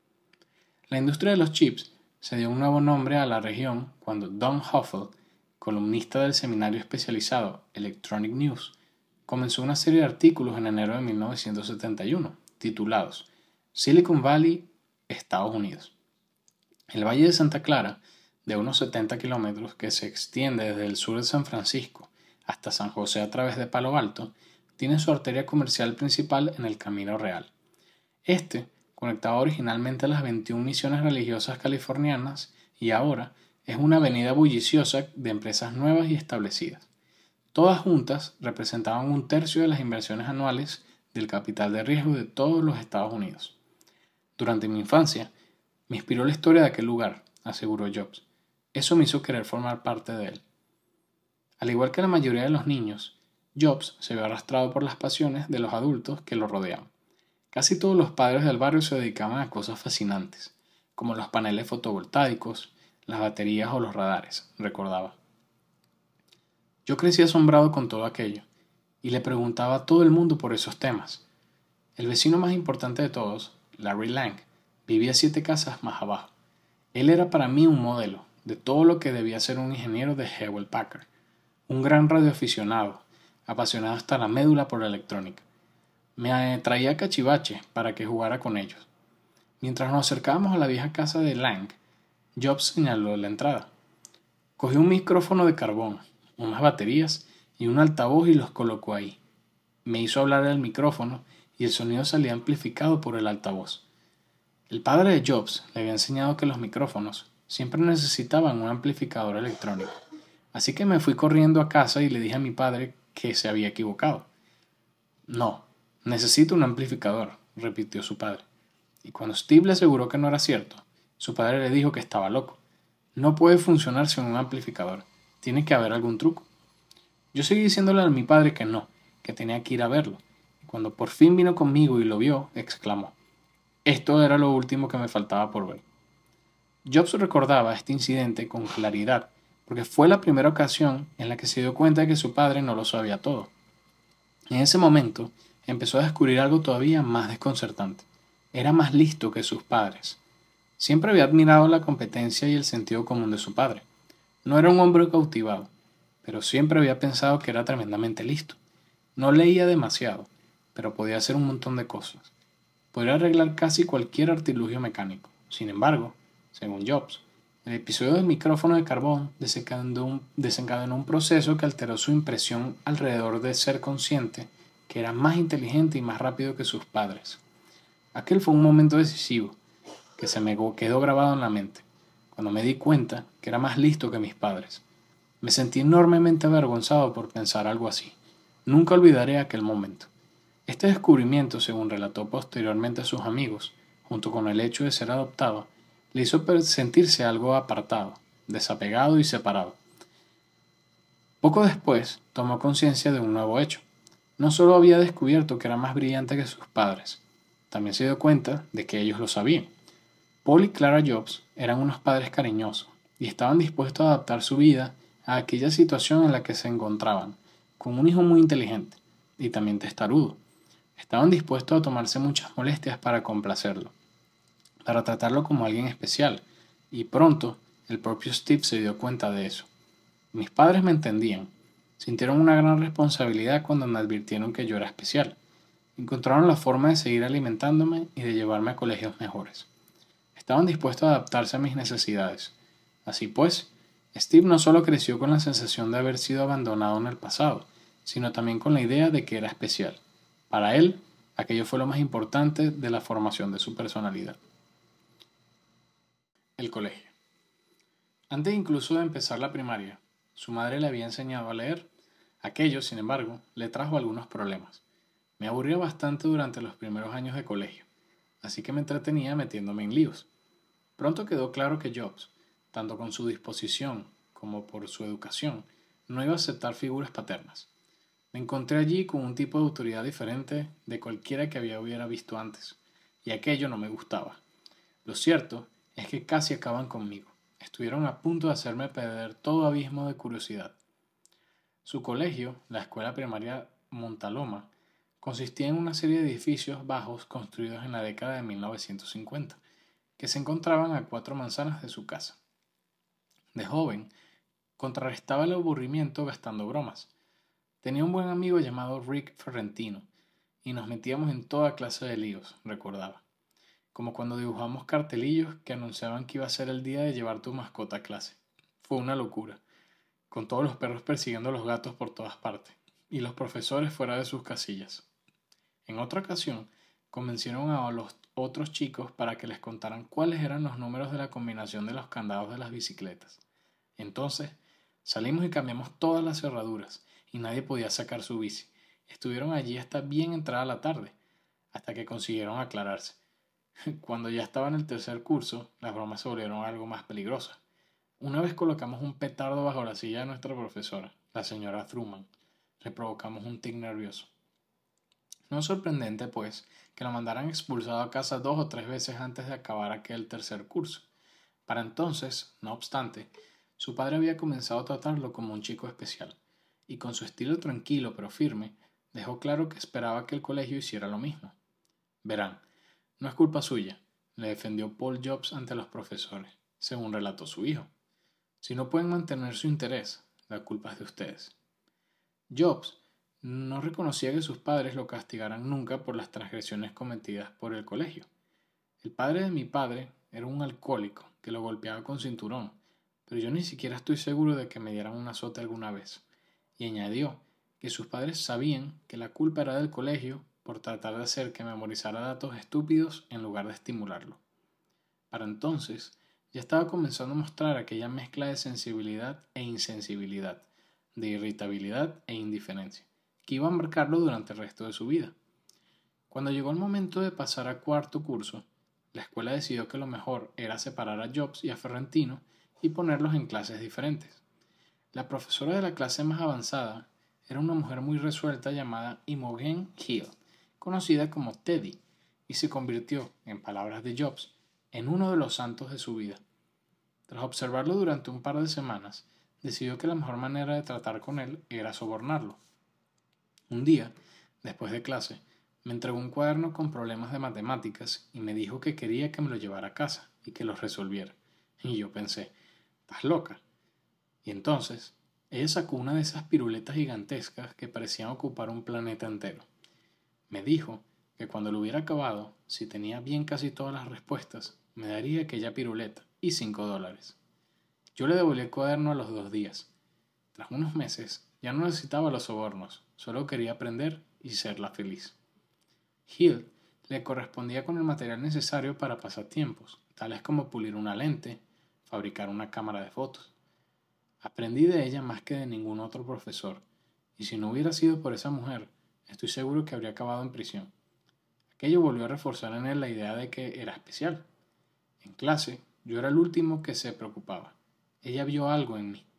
La industria de los chips se dio un nuevo nombre a la región cuando Don Hoffel, columnista del seminario especializado Electronic News, comenzó una serie de artículos en enero de mil novecientos setenta y uno, titulados Silicon Valley, Estados Unidos. El Valle de Santa Clara, de unos setenta kilómetros que se extiende desde el sur de San Francisco hasta San José a través de Palo Alto, tiene su arteria comercial principal en el Camino Real. Este conectaba originalmente a las veintiuna misiones religiosas californianas y ahora es una avenida bulliciosa de empresas nuevas y establecidas. Todas juntas representaban un tercio de las inversiones anuales del capital de riesgo de todos los Estados Unidos. Durante mi infancia, me inspiró la historia de aquel lugar, aseguró Jobs. Eso me hizo querer formar parte de él. Al igual que la mayoría de los niños, Jobs se vio arrastrado por las pasiones de los adultos que lo rodeaban. Casi todos los padres del barrio se dedicaban a cosas fascinantes, como los paneles fotovoltaicos, las baterías o los radares, recordaba. Yo crecí asombrado con todo aquello, y le preguntaba a todo el mundo por esos temas. El vecino más importante de todos, Larry Lang, vivía siete casas más abajo. Él era para mí un modelo de todo lo que debía ser un ingeniero de Hewlett Packard, un gran radioaficionado, apasionado hasta la médula por la electrónica. Me traía cachivache para que jugara con ellos. Mientras nos acercábamos a la vieja casa de Lang, Jobs señaló la entrada. Cogió un micrófono de carbón, unas baterías y un altavoz y los colocó ahí. Me hizo hablar al micrófono y el sonido salía amplificado por el altavoz. El padre de Jobs le había enseñado que los micrófonos siempre necesitaban un amplificador electrónico, así que me fui corriendo a casa y le dije a mi padre que se había equivocado. No, necesito un amplificador, repitió su padre. Y cuando Steve le aseguró que no era cierto, su padre le dijo que estaba loco. No puede funcionar sin un amplificador. Tiene que haber algún truco. Yo seguí diciéndole a mi padre que no, que tenía que ir a verlo. Y cuando por fin vino conmigo y lo vio, exclamó: esto era lo último que me faltaba por ver. Jobs recordaba este incidente con claridad, porque fue la primera ocasión en la que se dio cuenta de que su padre no lo sabía todo. En ese momento, empezó a descubrir algo todavía más desconcertante. Era más listo que sus padres. Siempre había admirado la competencia y el sentido común de su padre. No era un hombre cautivado, pero siempre había pensado que era tremendamente listo. No leía demasiado, pero podía hacer un montón de cosas. Podría arreglar casi cualquier artilugio mecánico. Sin embargo, según Jobs, el episodio del micrófono de carbón desencadenó un, desencadenó un proceso que alteró su impresión alrededor de ser consciente que era más inteligente y más rápido que sus padres. Aquel fue un momento decisivo que se me quedó grabado en la mente, cuando me di cuenta que era más listo que mis padres. Me sentí enormemente avergonzado por pensar algo así. Nunca olvidaré aquel momento. Este descubrimiento, según relató posteriormente a sus amigos, junto con el hecho de ser adoptado, le hizo sentirse algo apartado, desapegado y separado. Poco después, tomó conciencia de un nuevo hecho. No solo había descubierto que era más brillante que sus padres, también se dio cuenta de que ellos lo sabían. Paul y Clara Jobs eran unos padres cariñosos y estaban dispuestos a adaptar su vida a aquella situación en la que se encontraban, con un hijo muy inteligente y también testarudo. Estaban dispuestos a tomarse muchas molestias para complacerlo, para tratarlo como alguien especial, y pronto el propio Steve se dio cuenta de eso. Mis padres me entendían, sintieron una gran responsabilidad cuando me advirtieron que yo era especial. Encontraron la forma de seguir alimentándome y de llevarme a colegios mejores. Estaban dispuestos a adaptarse a mis necesidades. Así pues, Steve no solo creció con la sensación de haber sido abandonado en el pasado, sino también con la idea de que era especial. Para él, aquello fue lo más importante de la formación de su personalidad. El colegio. Antes incluso de empezar la primaria, su madre le había enseñado a leer. Aquello, sin embargo, le trajo algunos problemas. Me aburría bastante durante los primeros años de colegio, así que me entretenía metiéndome en líos. Pronto quedó claro que Jobs, tanto con su disposición como por su educación, no iba a aceptar figuras paternas. Me encontré allí con un tipo de autoridad diferente de cualquiera que había hubiera visto antes, y aquello no me gustaba. Lo cierto es que casi acaban conmigo. Estuvieron a punto de hacerme perder todo abismo de curiosidad. Su colegio, la escuela primaria Montaloma, consistía en una serie de edificios bajos construidos en la década de mil novecientos cincuenta, que se encontraban a cuatro manzanas de su casa. De joven, contrarrestaba el aburrimiento gastando bromas. Tenía un buen amigo llamado Rick Ferrentino, y nos metíamos en toda clase de líos, recordaba. Como cuando dibujamos cartelillos que anunciaban que iba a ser el día de llevar tu mascota a clase. Fue una locura, con todos los perros persiguiendo a los gatos por todas partes, y los profesores fuera de sus casillas. En otra ocasión, convencieron a los otros chicos para que les contaran cuáles eran los números de la combinación de los candados de las bicicletas. Entonces, salimos y cambiamos todas las cerraduras, y nadie podía sacar su bici. Estuvieron allí hasta bien entrada la tarde, hasta que consiguieron aclararse. Cuando ya estaba en el tercer curso, las bromas se volvieron algo más peligrosas. Una vez colocamos un petardo bajo la silla de nuestra profesora, la señora Truman. Le provocamos un tic nervioso. No es sorprendente, pues, que lo mandaran expulsado a casa dos o tres veces antes de acabar aquel tercer curso. Para entonces, no obstante, su padre había comenzado a tratarlo como un chico especial, y con su estilo tranquilo pero firme, dejó claro que esperaba que el colegio hiciera lo mismo. Verán, no es culpa suya, le defendió Paul Jobs ante los profesores, según relató su hijo. Si no pueden mantener su interés, la culpa es de ustedes. Jobs no reconocía que sus padres lo castigaran nunca por las transgresiones cometidas por el colegio. El padre de mi padre era un alcohólico que lo golpeaba con cinturón, pero yo ni siquiera estoy seguro de que me dieran un azote alguna vez. Y añadió que sus padres sabían que la culpa era del colegio por tratar de hacer que memorizara datos estúpidos en lugar de estimularlo. Para entonces, ya estaba comenzando a mostrar aquella mezcla de sensibilidad e insensibilidad, de irritabilidad e indiferencia, que iba a marcarlo durante el resto de su vida. Cuando llegó el momento de pasar a cuarto curso, la escuela decidió que lo mejor era separar a Jobs y a Ferrantino y ponerlos en clases diferentes. La profesora de la clase más avanzada era una mujer muy resuelta llamada Imogen Hill, conocida como Teddy, y se convirtió, en palabras de Jobs, en uno de los santos de su vida. Tras observarlo durante un par de semanas, decidió que la mejor manera de tratar con él era sobornarlo. Un día, después de clase, me entregó un cuaderno con problemas de matemáticas y me dijo que quería que me lo llevara a casa y que los resolviera. Y yo pensé, ¿estás loca? Y entonces, ella sacó una de esas piruletas gigantescas que parecían ocupar un planeta entero. Me dijo que cuando lo hubiera acabado, si tenía bien casi todas las respuestas, me daría aquella piruleta y cinco dólares. Yo le devolví el cuaderno a los dos días. Tras unos meses, ya no necesitaba los sobornos, solo quería aprender y serla feliz. Hill le correspondía con el material necesario para pasatiempos, tales como pulir una lente, fabricar una cámara de fotos. Aprendí de ella más que de ningún otro profesor, y si no hubiera sido por esa mujer, estoy seguro que habría acabado en prisión. Aquello volvió a reforzar en él la idea de que era especial. En clase, yo era el último que se preocupaba. Ella vio algo en mí.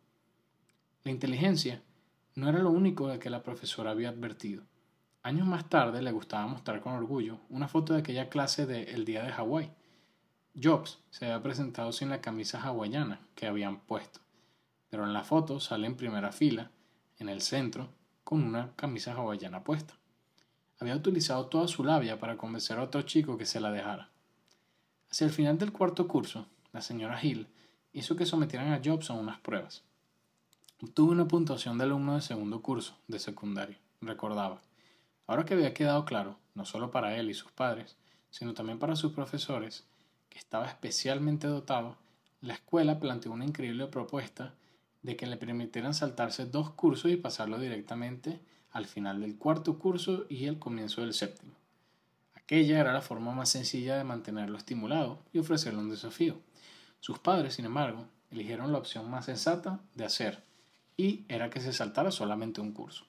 La inteligencia no era lo único de que la profesora había advertido. Años más tarde le gustaba mostrar con orgullo una foto de aquella clase de El Día de Hawái. Jobs se había presentado sin la camisa hawaiana que habían puesto, pero en la foto sale en primera fila, en el centro, con una camisa hawaiana puesta. Había utilizado toda su labia para convencer a otro chico que se la dejara. Hacia el final del cuarto curso, la señora Hill hizo que sometieran a Jobs a unas pruebas. Obtuve una puntuación de alumno de segundo curso, de secundaria, recordaba. Ahora que había quedado claro, no solo para él y sus padres, sino también para sus profesores, que estaba especialmente dotado, la escuela planteó una increíble propuesta de que le permitieran saltarse dos cursos y pasarlo directamente al final del cuarto curso y el comienzo del séptimo. Aquella era la forma más sencilla de mantenerlo estimulado y ofrecerle un desafío. Sus padres, sin embargo, eligieron la opción más sensata de hacer, y era que se saltara solamente un curso.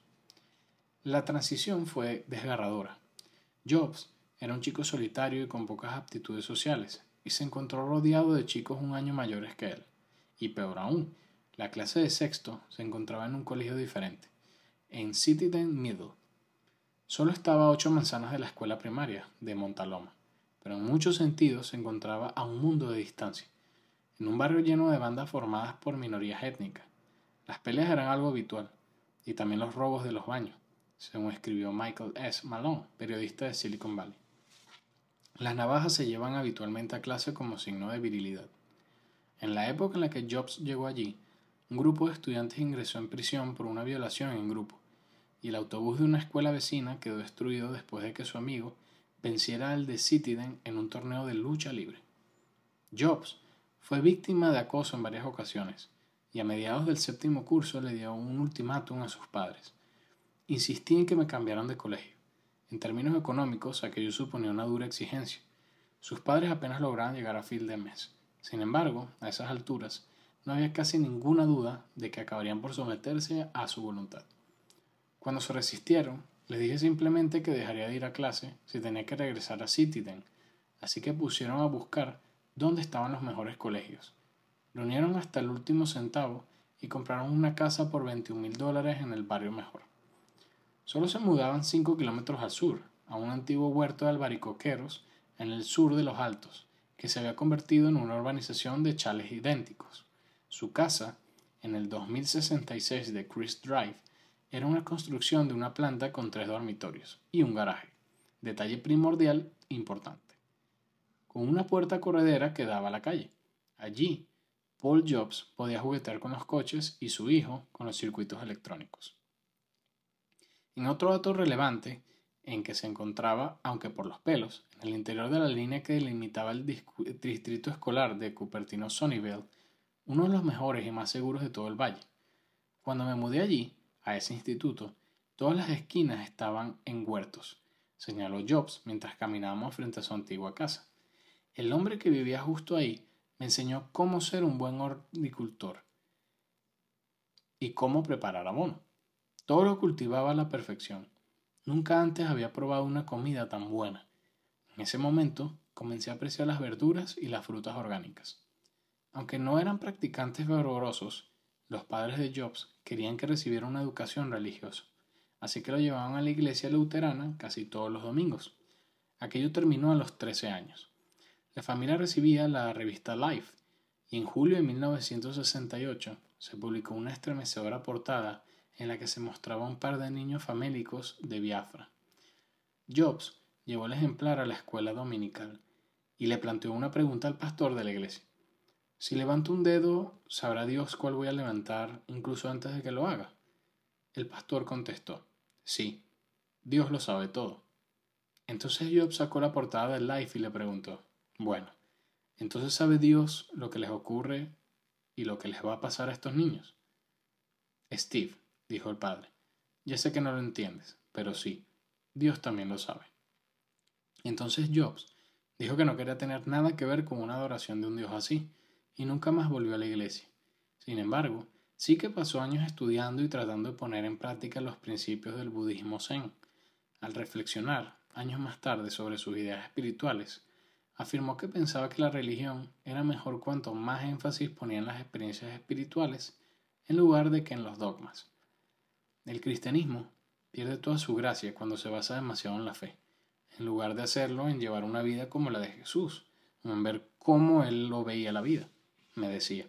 La transición fue desgarradora. Jobs era un chico solitario y con pocas aptitudes sociales, y se encontró rodeado de chicos un año mayores que él. Y peor aún, la clase de sexto se encontraba en un colegio diferente, en Citadel Middle. Solo estaba a ocho manzanas de la escuela primaria de Montaloma, pero en muchos sentidos se encontraba a un mundo de distancia, en un barrio lleno de bandas formadas por minorías étnicas. Las peleas eran algo habitual, y también los robos de los baños, según escribió Michael S. Malone, periodista de Silicon Valley. Las navajas se llevan habitualmente a clase como signo de virilidad. En la época en la que Jobs llegó allí, un grupo de estudiantes ingresó en prisión por una violación en grupo, y el autobús de una escuela vecina quedó destruido después de que su amigo venciera al de Citadel en un torneo de lucha libre. Jobs fue víctima de acoso en varias ocasiones, y a mediados del séptimo curso le dio un ultimátum a sus padres. Insistí en que me cambiaran de colegio. En términos económicos, aquello suponía una dura exigencia. Sus padres apenas lograban llegar a fin de mes. Sin embargo, a esas alturas, no había casi ninguna duda de que acabarían por someterse a su voluntad. Cuando se resistieron, les dije simplemente que dejaría de ir a clase si tenía que regresar a Citadel, así que pusieron a buscar dónde estaban los mejores colegios. Reunieron hasta el último centavo y compraron una casa por veintiún mil dólares en el barrio mejor. Solo se mudaban cinco kilómetros al sur, a un antiguo huerto de albaricoqueros en el sur de los Altos, que se había convertido en una urbanización de chales idénticos. Su casa, en el dos mil sesenta y seis de Chris Drive, era una construcción de una planta con tres dormitorios y un garaje, detalle primordial importante, con una puerta corredera que daba a la calle. Allí, Paul Jobs podía juguetear con los coches y su hijo con los circuitos electrónicos. En otro dato relevante, en que se encontraba, aunque por los pelos, en el interior de la línea que delimitaba el distrito escolar de Cupertino-Sunnyvale, uno de los mejores y más seguros de todo el valle. Cuando me mudé allí, a ese instituto, todas las esquinas estaban en huertos, señaló Jobs mientras caminábamos frente a su antigua casa. El hombre que vivía justo ahí me enseñó cómo ser un buen horticultor y cómo preparar abono. Todo lo cultivaba a la perfección. Nunca antes había probado una comida tan buena. En ese momento comencé a apreciar las verduras y las frutas orgánicas. Aunque no eran practicantes fervorosos, los padres de Jobs querían que recibiera una educación religiosa, así que lo llevaban a la iglesia luterana casi todos los domingos. Aquello terminó a los trece años. La familia recibía la revista Life, y en julio de mil novecientos sesenta y ocho se publicó una estremecedora portada en la que se mostraba un par de niños famélicos de Biafra. Jobs llevó el ejemplar a la escuela dominical y le planteó una pregunta al pastor de la iglesia. Si levanto un dedo, ¿sabrá Dios cuál voy a levantar incluso antes de que lo haga? El pastor contestó, sí, Dios lo sabe todo. Entonces Jobs sacó la portada del Life y le preguntó, bueno, ¿entonces sabe Dios lo que les ocurre y lo que les va a pasar a estos niños? Steve, dijo el padre, ya sé que no lo entiendes, pero sí, Dios también lo sabe. Entonces Jobs dijo que no quería tener nada que ver con una adoración de un Dios así, y nunca más volvió a la iglesia. Sin embargo, sí que pasó años estudiando y tratando de poner en práctica los principios del budismo zen. Al reflexionar, años más tarde, sobre sus ideas espirituales, afirmó que pensaba que la religión era mejor cuanto más énfasis ponía en las experiencias espirituales en lugar de que en los dogmas. El cristianismo pierde toda su gracia cuando se basa demasiado en la fe, en lugar de hacerlo en llevar una vida como la de Jesús, o en ver cómo él lo veía la vida, me decía.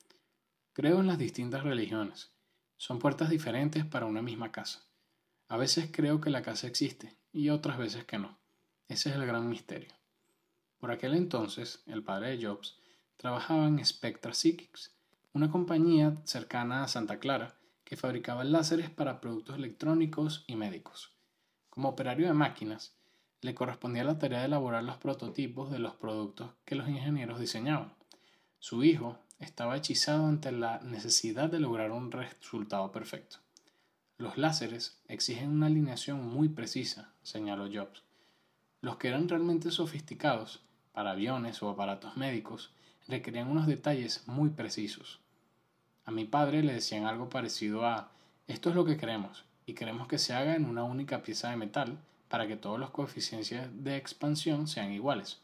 Creo en las distintas religiones. Son puertas diferentes para una misma casa. A veces creo que la casa existe y otras veces que no. Ese es el gran misterio. Por aquel entonces, el padre de Jobs trabajaba en Spectra Psychics, una compañía cercana a Santa Clara que fabricaba láseres para productos electrónicos y médicos. Como operario de máquinas, le correspondía la tarea de elaborar los prototipos de los productos que los ingenieros diseñaban. Su hijo estaba hechizado ante la necesidad de lograr un resultado perfecto. Los láseres exigen una alineación muy precisa, señaló Jobs. Los que eran realmente sofisticados, para aviones o aparatos médicos, requerían unos detalles muy precisos. A mi padre le decían algo parecido a «esto es lo que queremos, y queremos que se haga en una única pieza de metal para que todos los coeficientes de expansión sean iguales».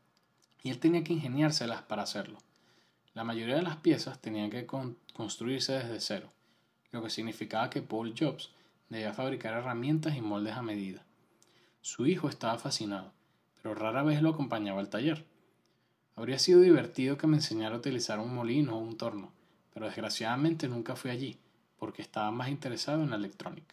Y él tenía que ingeniárselas para hacerlo. La mayoría de las piezas tenían que con- construirse desde cero, lo que significaba que Paul Jobs debía fabricar herramientas y moldes a medida. Su hijo estaba fascinado, pero rara vez lo acompañaba al taller. Habría sido divertido que me enseñara a utilizar un molino o un torno, pero desgraciadamente nunca fui allí, porque estaba más interesado en la electrónica.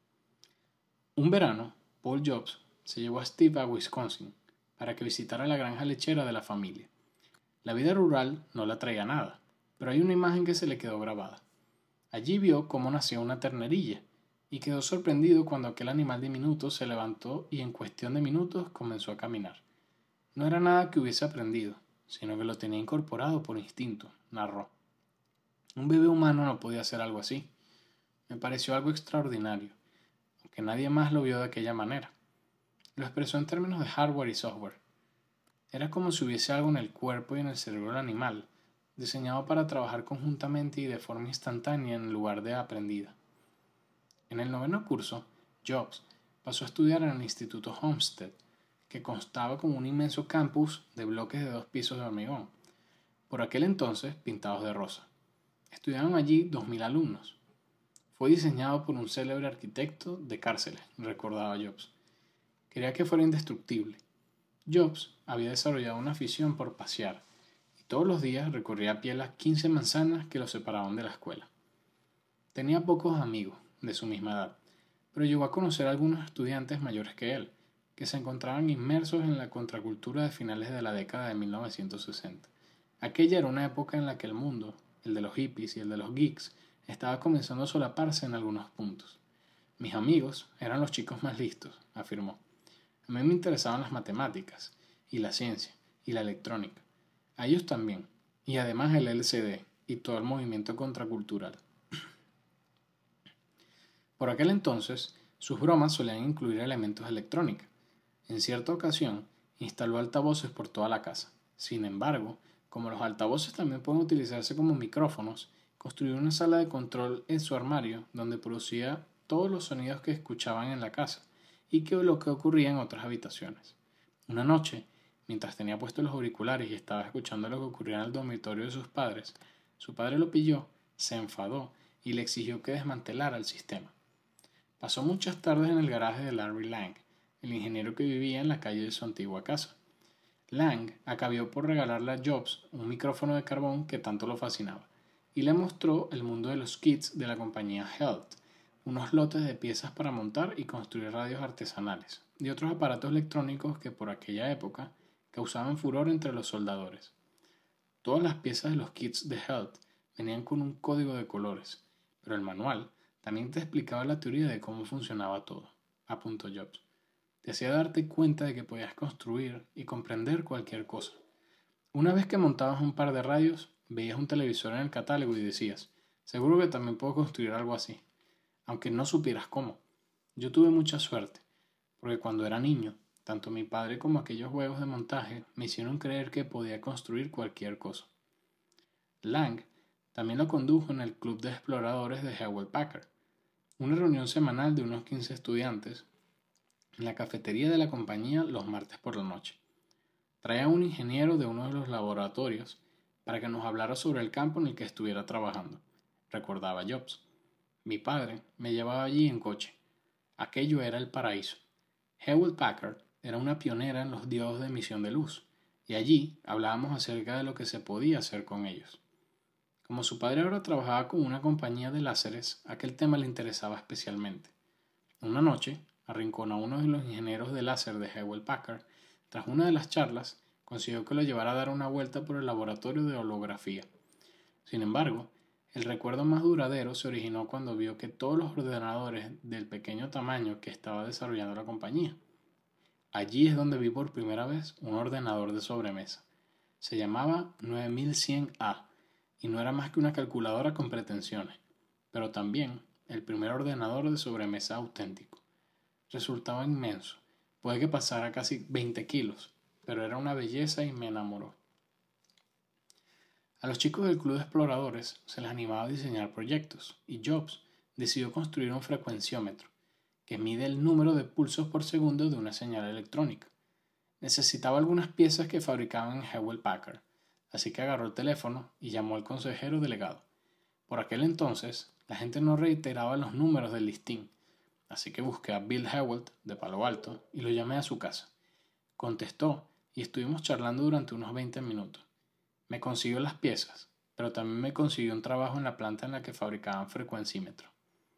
Un verano, Paul Jobs se llevó a Steve a Wisconsin para que visitara la granja lechera de la familia. La vida rural no le atraía nada, pero hay una imagen que se le quedó grabada. Allí vio cómo nació una ternerilla, y quedó sorprendido cuando aquel animal diminuto se levantó y en cuestión de minutos comenzó a caminar. No era nada que hubiese aprendido, sino que lo tenía incorporado por instinto, narró. Un bebé humano no podía hacer algo así. Me pareció algo extraordinario, aunque nadie más lo vio de aquella manera. Lo expresó en términos de hardware y software. Era como si hubiese algo en el cuerpo y en el cerebro del animal, diseñado para trabajar conjuntamente y de forma instantánea en lugar de aprendida. En el noveno curso, Jobs pasó a estudiar en el Instituto Homestead, que constaba como un inmenso campus de bloques de dos pisos de hormigón, por aquel entonces pintados de rosa. Estudiaron allí dos mil alumnos. Fue diseñado por un célebre arquitecto de cárceles, recordaba Jobs. Quería que fuera indestructible. Jobs había desarrollado una afición por pasear, y todos los días recorría a pie las quince manzanas que lo separaban de la escuela. Tenía pocos amigos de su misma edad, pero llegó a conocer a algunos estudiantes mayores que él, que se encontraban inmersos en la contracultura de finales de la década de mil novecientos sesenta. Aquella era una época en la que el mundo, el de los hippies y el de los geeks, estaba comenzando a solaparse en algunos puntos. Mis amigos eran los chicos más listos, afirmó. A mí me interesaban las matemáticas, y la ciencia, y la electrónica. A ellos también, y además el L C D, y todo el movimiento contracultural. Por aquel entonces, sus bromas solían incluir elementos de electrónica. En cierta ocasión, instaló altavoces por toda la casa. Sin embargo, como los altavoces también pueden utilizarse como micrófonos, construyó una sala de control en su armario donde producía todos los sonidos que escuchaban en la casa y que lo que ocurría en otras habitaciones. Una noche, mientras tenía puestos los auriculares y estaba escuchando lo que ocurría en el dormitorio de sus padres, su padre lo pilló, se enfadó y le exigió que desmantelara el sistema. Pasó muchas tardes en el garaje de Larry Lang, el ingeniero que vivía en la calle de su antigua casa. Lang acabó por regalarle a Jobs un micrófono de carbón que tanto lo fascinaba, y le mostró el mundo de los kits de la compañía Helt, unos lotes de piezas para montar y construir radios artesanales, y otros aparatos electrónicos que por aquella época causaban furor entre los soldadores. Todas las piezas de los kits de Helt venían con un código de colores, pero el manual también te explicaba la teoría de cómo funcionaba todo, apuntó Jobs. Te hacía darte cuenta de que podías construir y comprender cualquier cosa. Una vez que montabas un par de radios, veías un televisor en el catálogo y decías, seguro que también puedo construir algo así, aunque no supieras cómo. Yo tuve mucha suerte, porque cuando era niño, tanto mi padre como aquellos juegos de montaje me hicieron creer que podía construir cualquier cosa. Lang también lo condujo en el Club de Exploradores de Hewlett Packard, una reunión semanal de unos quince estudiantes en la cafetería de la compañía los martes por la noche. Traía a un ingeniero de uno de los laboratorios para que nos hablara sobre el campo en el que estuviera trabajando, recordaba Jobs. Mi padre me llevaba allí en coche. Aquello era el paraíso. Hewlett Packard era una pionera en los diodos de emisión de luz, y allí hablábamos acerca de lo que se podía hacer con ellos. Como su padre ahora trabajaba con una compañía de láseres, aquel tema le interesaba especialmente. Una noche, arrinconó a uno de los ingenieros de láser de Hewlett Packard. Tras una de las charlas, consiguió que lo llevara a dar una vuelta por el laboratorio de holografía. Sin embargo, el recuerdo más duradero se originó cuando vio que todos los ordenadores del pequeño tamaño que estaba desarrollando la compañía. Allí es donde vi por primera vez un ordenador de sobremesa. Se llamaba nueve mil cien A y no era más que una calculadora con pretensiones, pero también el primer ordenador de sobremesa auténtico. Resultaba inmenso, puede que pasara casi veinte kilos, pero era una belleza y me enamoró. A los chicos del Club de Exploradores se les animaba a diseñar proyectos, y Jobs decidió construir un frecuenciómetro, que mide el número de pulsos por segundo de una señal electrónica. Necesitaba algunas piezas que fabricaban en Hewlett Packard, así que agarró el teléfono y llamó al consejero delegado. Por aquel entonces, la gente no reiteraba los números del listín, así que busqué a Bill Hewlett de Palo Alto y lo llamé a su casa. Contestó y estuvimos charlando durante unos veinte minutos. Me consiguió las piezas, pero también me consiguió un trabajo en la planta en la que fabricaban frecuencímetros.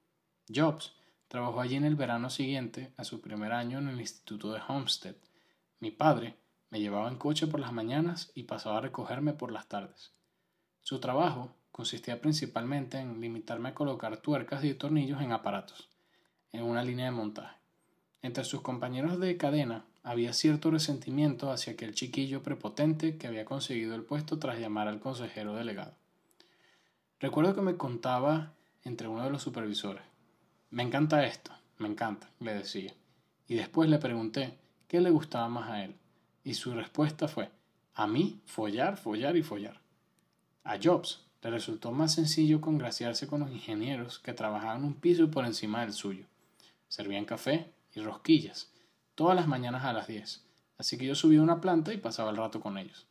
Jobs trabajó allí en el verano siguiente a su primer año en el Instituto de Homestead. Mi padre me llevaba en coche por las mañanas y pasaba a recogerme por las tardes. Su trabajo consistía principalmente en limitarme a colocar tuercas y tornillos en aparatos, en una línea de montaje. Entre sus compañeros de cadena había cierto resentimiento hacia aquel chiquillo prepotente que había conseguido el puesto tras llamar al consejero delegado. Recuerdo que me contaba entre uno de los supervisores. Me encanta esto, me encanta, le decía. Y después le pregunté qué le gustaba más a él. Y su respuesta fue, a mí, follar, follar y follar. A Jobs le resultó más sencillo congraciarse con los ingenieros que trabajaban un piso por encima del suyo. Servían café y rosquillas, todas las mañanas a las diez, así que yo subía a una planta y pasaba el rato con ellos.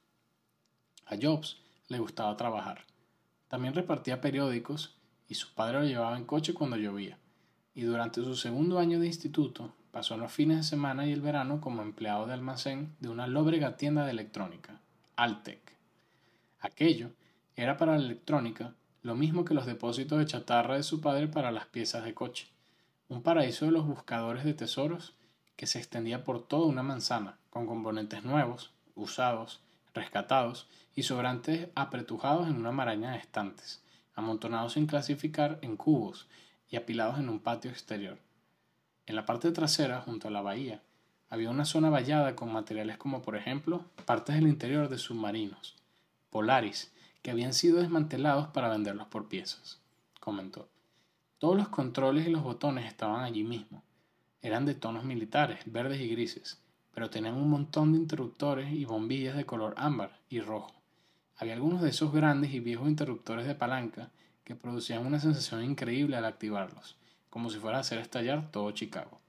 A Jobs le gustaba trabajar. También repartía periódicos y su padre lo llevaba en coche cuando llovía. Y durante su segundo año de instituto pasó los fines de semana y el verano como empleado de almacén de una lóbrega tienda de electrónica, Altec. Aquello era para la electrónica lo mismo que los depósitos de chatarra de su padre para las piezas de coche. Un paraíso de los buscadores de tesoros que se extendía por toda una manzana, con componentes nuevos, usados, rescatados y sobrantes apretujados en una maraña de estantes, amontonados sin clasificar en cubos y apilados en un patio exterior. En la parte trasera, junto a la bahía, había una zona vallada con materiales como por ejemplo partes del interior de submarinos, Polaris, que habían sido desmantelados para venderlos por piezas, comentó. Todos los controles y los botones estaban allí mismo. Eran de tonos militares, verdes y grises, pero tenían un montón de interruptores y bombillas de color ámbar y rojo. Había algunos de esos grandes y viejos interruptores de palanca que producían una sensación increíble al activarlos, como si fuera a hacer estallar todo Chicago.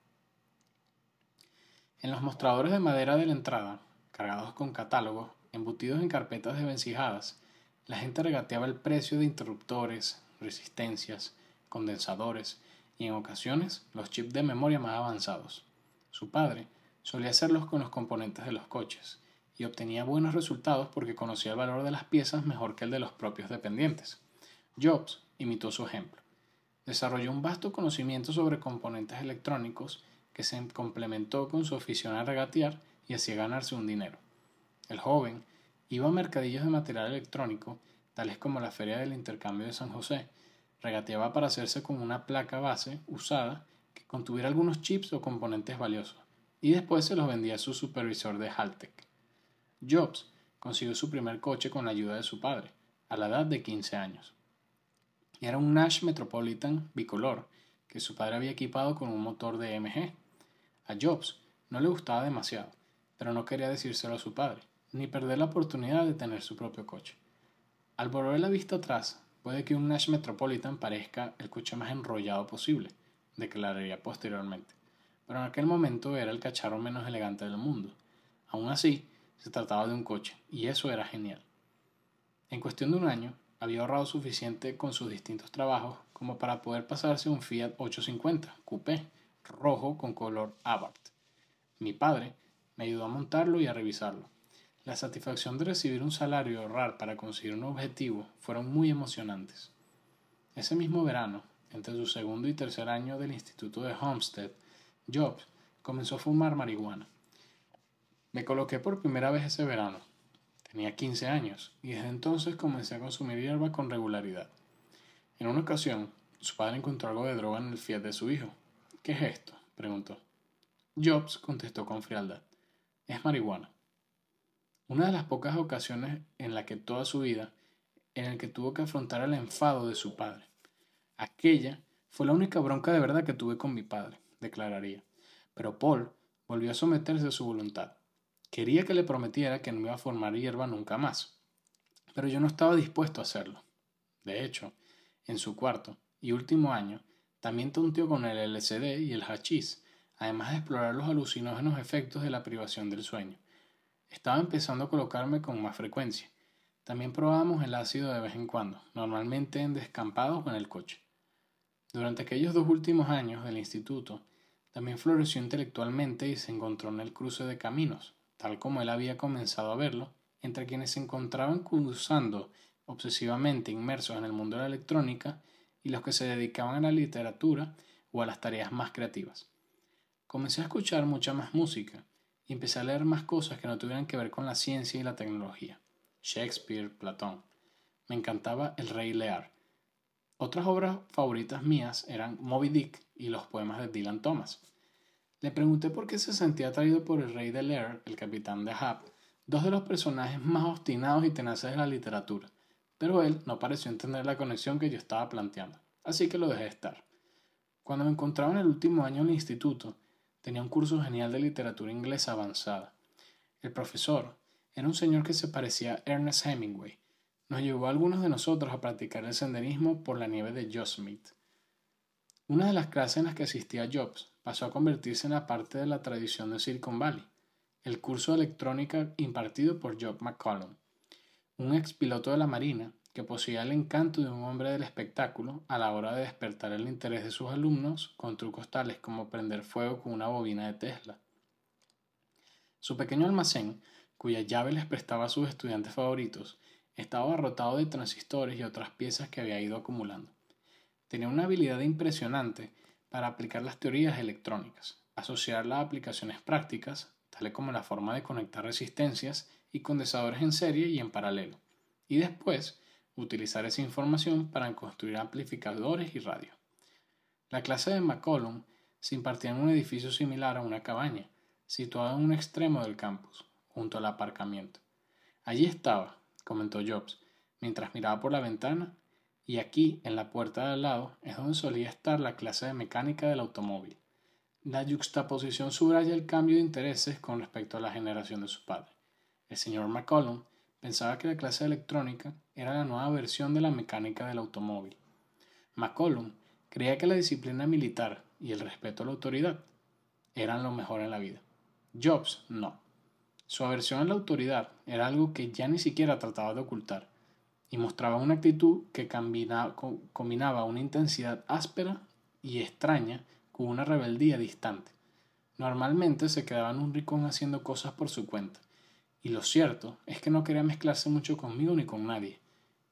En los mostradores de madera de la entrada, cargados con catálogos, embutidos en carpetas desvencijadas, la gente regateaba el precio de interruptores, resistencias, condensadores y en ocasiones los chips de memoria más avanzados. Su padre solía hacerlos con los componentes de los coches y obtenía buenos resultados porque conocía el valor de las piezas mejor que el de los propios dependientes. Jobs imitó su ejemplo. Desarrolló un vasto conocimiento sobre componentes electrónicos que se complementó con su afición a regatear y hacía ganarse un dinero. El joven iba a mercadillos de material electrónico, tales como la Feria del Intercambio de San José, regateaba para hacerse con una placa base usada que contuviera algunos chips o componentes valiosos, y después se los vendía a su supervisor de Haltech. Jobs consiguió su primer coche con la ayuda de su padre, a la edad de quince años. Era un Nash Metropolitan bicolor que su padre había equipado con un motor de M G. A Jobs no le gustaba demasiado, pero no quería decírselo a su padre, ni perder la oportunidad de tener su propio coche. Al volver la vista atrás, puede que un Nash Metropolitan parezca el coche más enrollado posible, declararía posteriormente, pero en aquel momento era el cacharro menos elegante del mundo. Aún así, se trataba de un coche, y eso era genial. En cuestión de un año, había ahorrado suficiente con sus distintos trabajos como para poder pasarse un Fiat ochocientos cincuenta Coupé rojo con color Abarth. Mi padre me ayudó a montarlo y a revisarlo. La satisfacción de recibir un salario y ahorrar para conseguir un objetivo fueron muy emocionantes. Ese mismo verano, entre su segundo y tercer año del instituto de Homestead, Jobs comenzó a fumar marihuana. Me coloqué por primera vez ese verano. Tenía quince años y desde entonces comencé a consumir hierba con regularidad. En una ocasión, su padre encontró algo de droga en el Fiat de su hijo. ¿Qué es esto?, preguntó. Jobs contestó con frialdad. Es marihuana. Una de las pocas ocasiones en la que toda su vida en el que tuvo que afrontar el enfado de su padre. Aquella fue la única bronca de verdad que tuve con mi padre, declararía. Pero Paul volvió a someterse a su voluntad. Quería que le prometiera que no iba a fumar hierba nunca más, pero yo no estaba dispuesto a hacerlo. De hecho, en su cuarto y último año, también tonteó con el L S D y el hachís, además de explorar los alucinógenos efectos de la privación del sueño. Estaba empezando a colocarme con más frecuencia. También probábamos el ácido de vez en cuando, normalmente en descampados o en el coche. Durante aquellos dos últimos años del instituto, también floreció intelectualmente y se encontró en el cruce de caminos, tal como él había comenzado a verlo, entre quienes se encontraban cursando obsesivamente inmersos en el mundo de la electrónica y los que se dedicaban a la literatura o a las tareas más creativas. Comencé a escuchar mucha más música y empecé a leer más cosas que no tuvieran que ver con la ciencia y la tecnología. Shakespeare, Platón. Me encantaba El Rey Lear. Otras obras favoritas mías eran Moby Dick y los poemas de Dylan Thomas. Le pregunté por qué se sentía atraído por el Rey de Lear, el capitán de Ahab, dos de los personajes más obstinados y tenaces de la literatura, pero él no pareció entender la conexión que yo estaba planteando, así que lo dejé estar. Cuando me encontraba en el último año del instituto, tenía un curso genial de literatura inglesa avanzada. El profesor era un señor que se parecía a Ernest Hemingway. Nos llevó a algunos de nosotros a practicar el senderismo por la nieve de Yosemite. Una de las clases en las que asistía Jobs pasó a convertirse en la parte de la tradición de Silicon Valley, el curso de electrónica impartido por Job McCollum, un expiloto de la Marina que poseía el encanto de un hombre del espectáculo a la hora de despertar el interés de sus alumnos con trucos tales como prender fuego con una bobina de Tesla. Su pequeño almacén, cuya llave les prestaba a sus estudiantes favoritos, estaba abarrotado de transistores y otras piezas que había ido acumulando. Tenía una habilidad impresionante para aplicar las teorías electrónicas, asociar las aplicaciones prácticas, tales como la forma de conectar resistencias y condensadores en serie y en paralelo, y después utilizar esa información para construir amplificadores y radios. La clase de McCollum se impartía en un edificio similar a una cabaña, situado en un extremo del campus, junto al aparcamiento. Allí estaba, comentó Jobs, mientras miraba por la ventana, y aquí, en la puerta de al lado, es donde solía estar la clase de mecánica del automóvil. La yuxtaposición subraya el cambio de intereses con respecto a la generación de su padre. El señor McCollum pensaba que la clase de electrónica era la nueva versión de la mecánica del automóvil. McCollum creía que la disciplina militar y el respeto a la autoridad eran lo mejor en la vida. Jobs no. Su aversión a la autoridad era algo que ya ni siquiera trataba de ocultar, y mostraba una actitud que combinaba una intensidad áspera y extraña con una rebeldía distante. Normalmente se quedaba en un rincón haciendo cosas por su cuenta, y lo cierto es que no quería mezclarse mucho conmigo ni con nadie.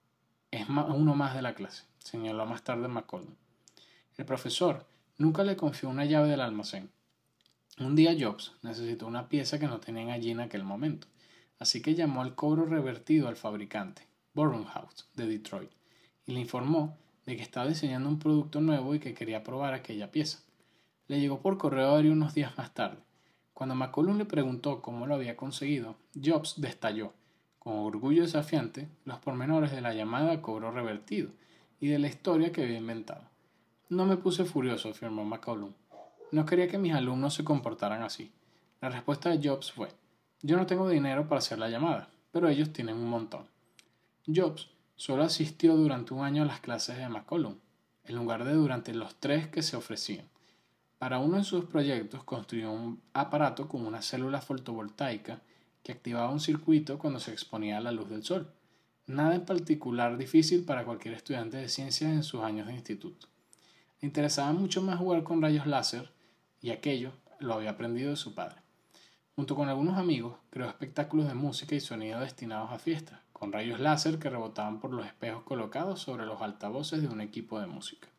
Es uno más de la clase, señaló más tarde McCollum. El profesor nunca le confió una llave del almacén. Un día Jobs necesitó una pieza que no tenían allí en aquel momento, así que llamó al cobro revertido al fabricante, House, de Detroit, y le informó de que estaba diseñando un producto nuevo y que quería probar aquella pieza. Le llegó por correo aéreo unos días más tarde. Cuando McCollum le preguntó cómo lo había conseguido, Jobs destalló, con orgullo desafiante, los pormenores de la llamada a cobro revertido y de la historia que había inventado. No me puse furioso, afirmó McCollum. No quería que mis alumnos se comportaran así. La respuesta de Jobs fue: yo no tengo dinero para hacer la llamada, pero ellos tienen un montón. Jobs solo asistió durante un año a las clases de McCollum, en lugar de durante los tres que se ofrecían. Para uno de sus proyectos construyó un aparato con una célula fotovoltaica que activaba un circuito cuando se exponía a la luz del sol. Nada en particular difícil para cualquier estudiante de ciencias en sus años de instituto. Le interesaba mucho más jugar con rayos láser, y aquello lo había aprendido de su padre. Junto con algunos amigos, creó espectáculos de música y sonido destinados a fiestas, con rayos láser que rebotaban por los espejos colocados sobre los altavoces de un equipo de música.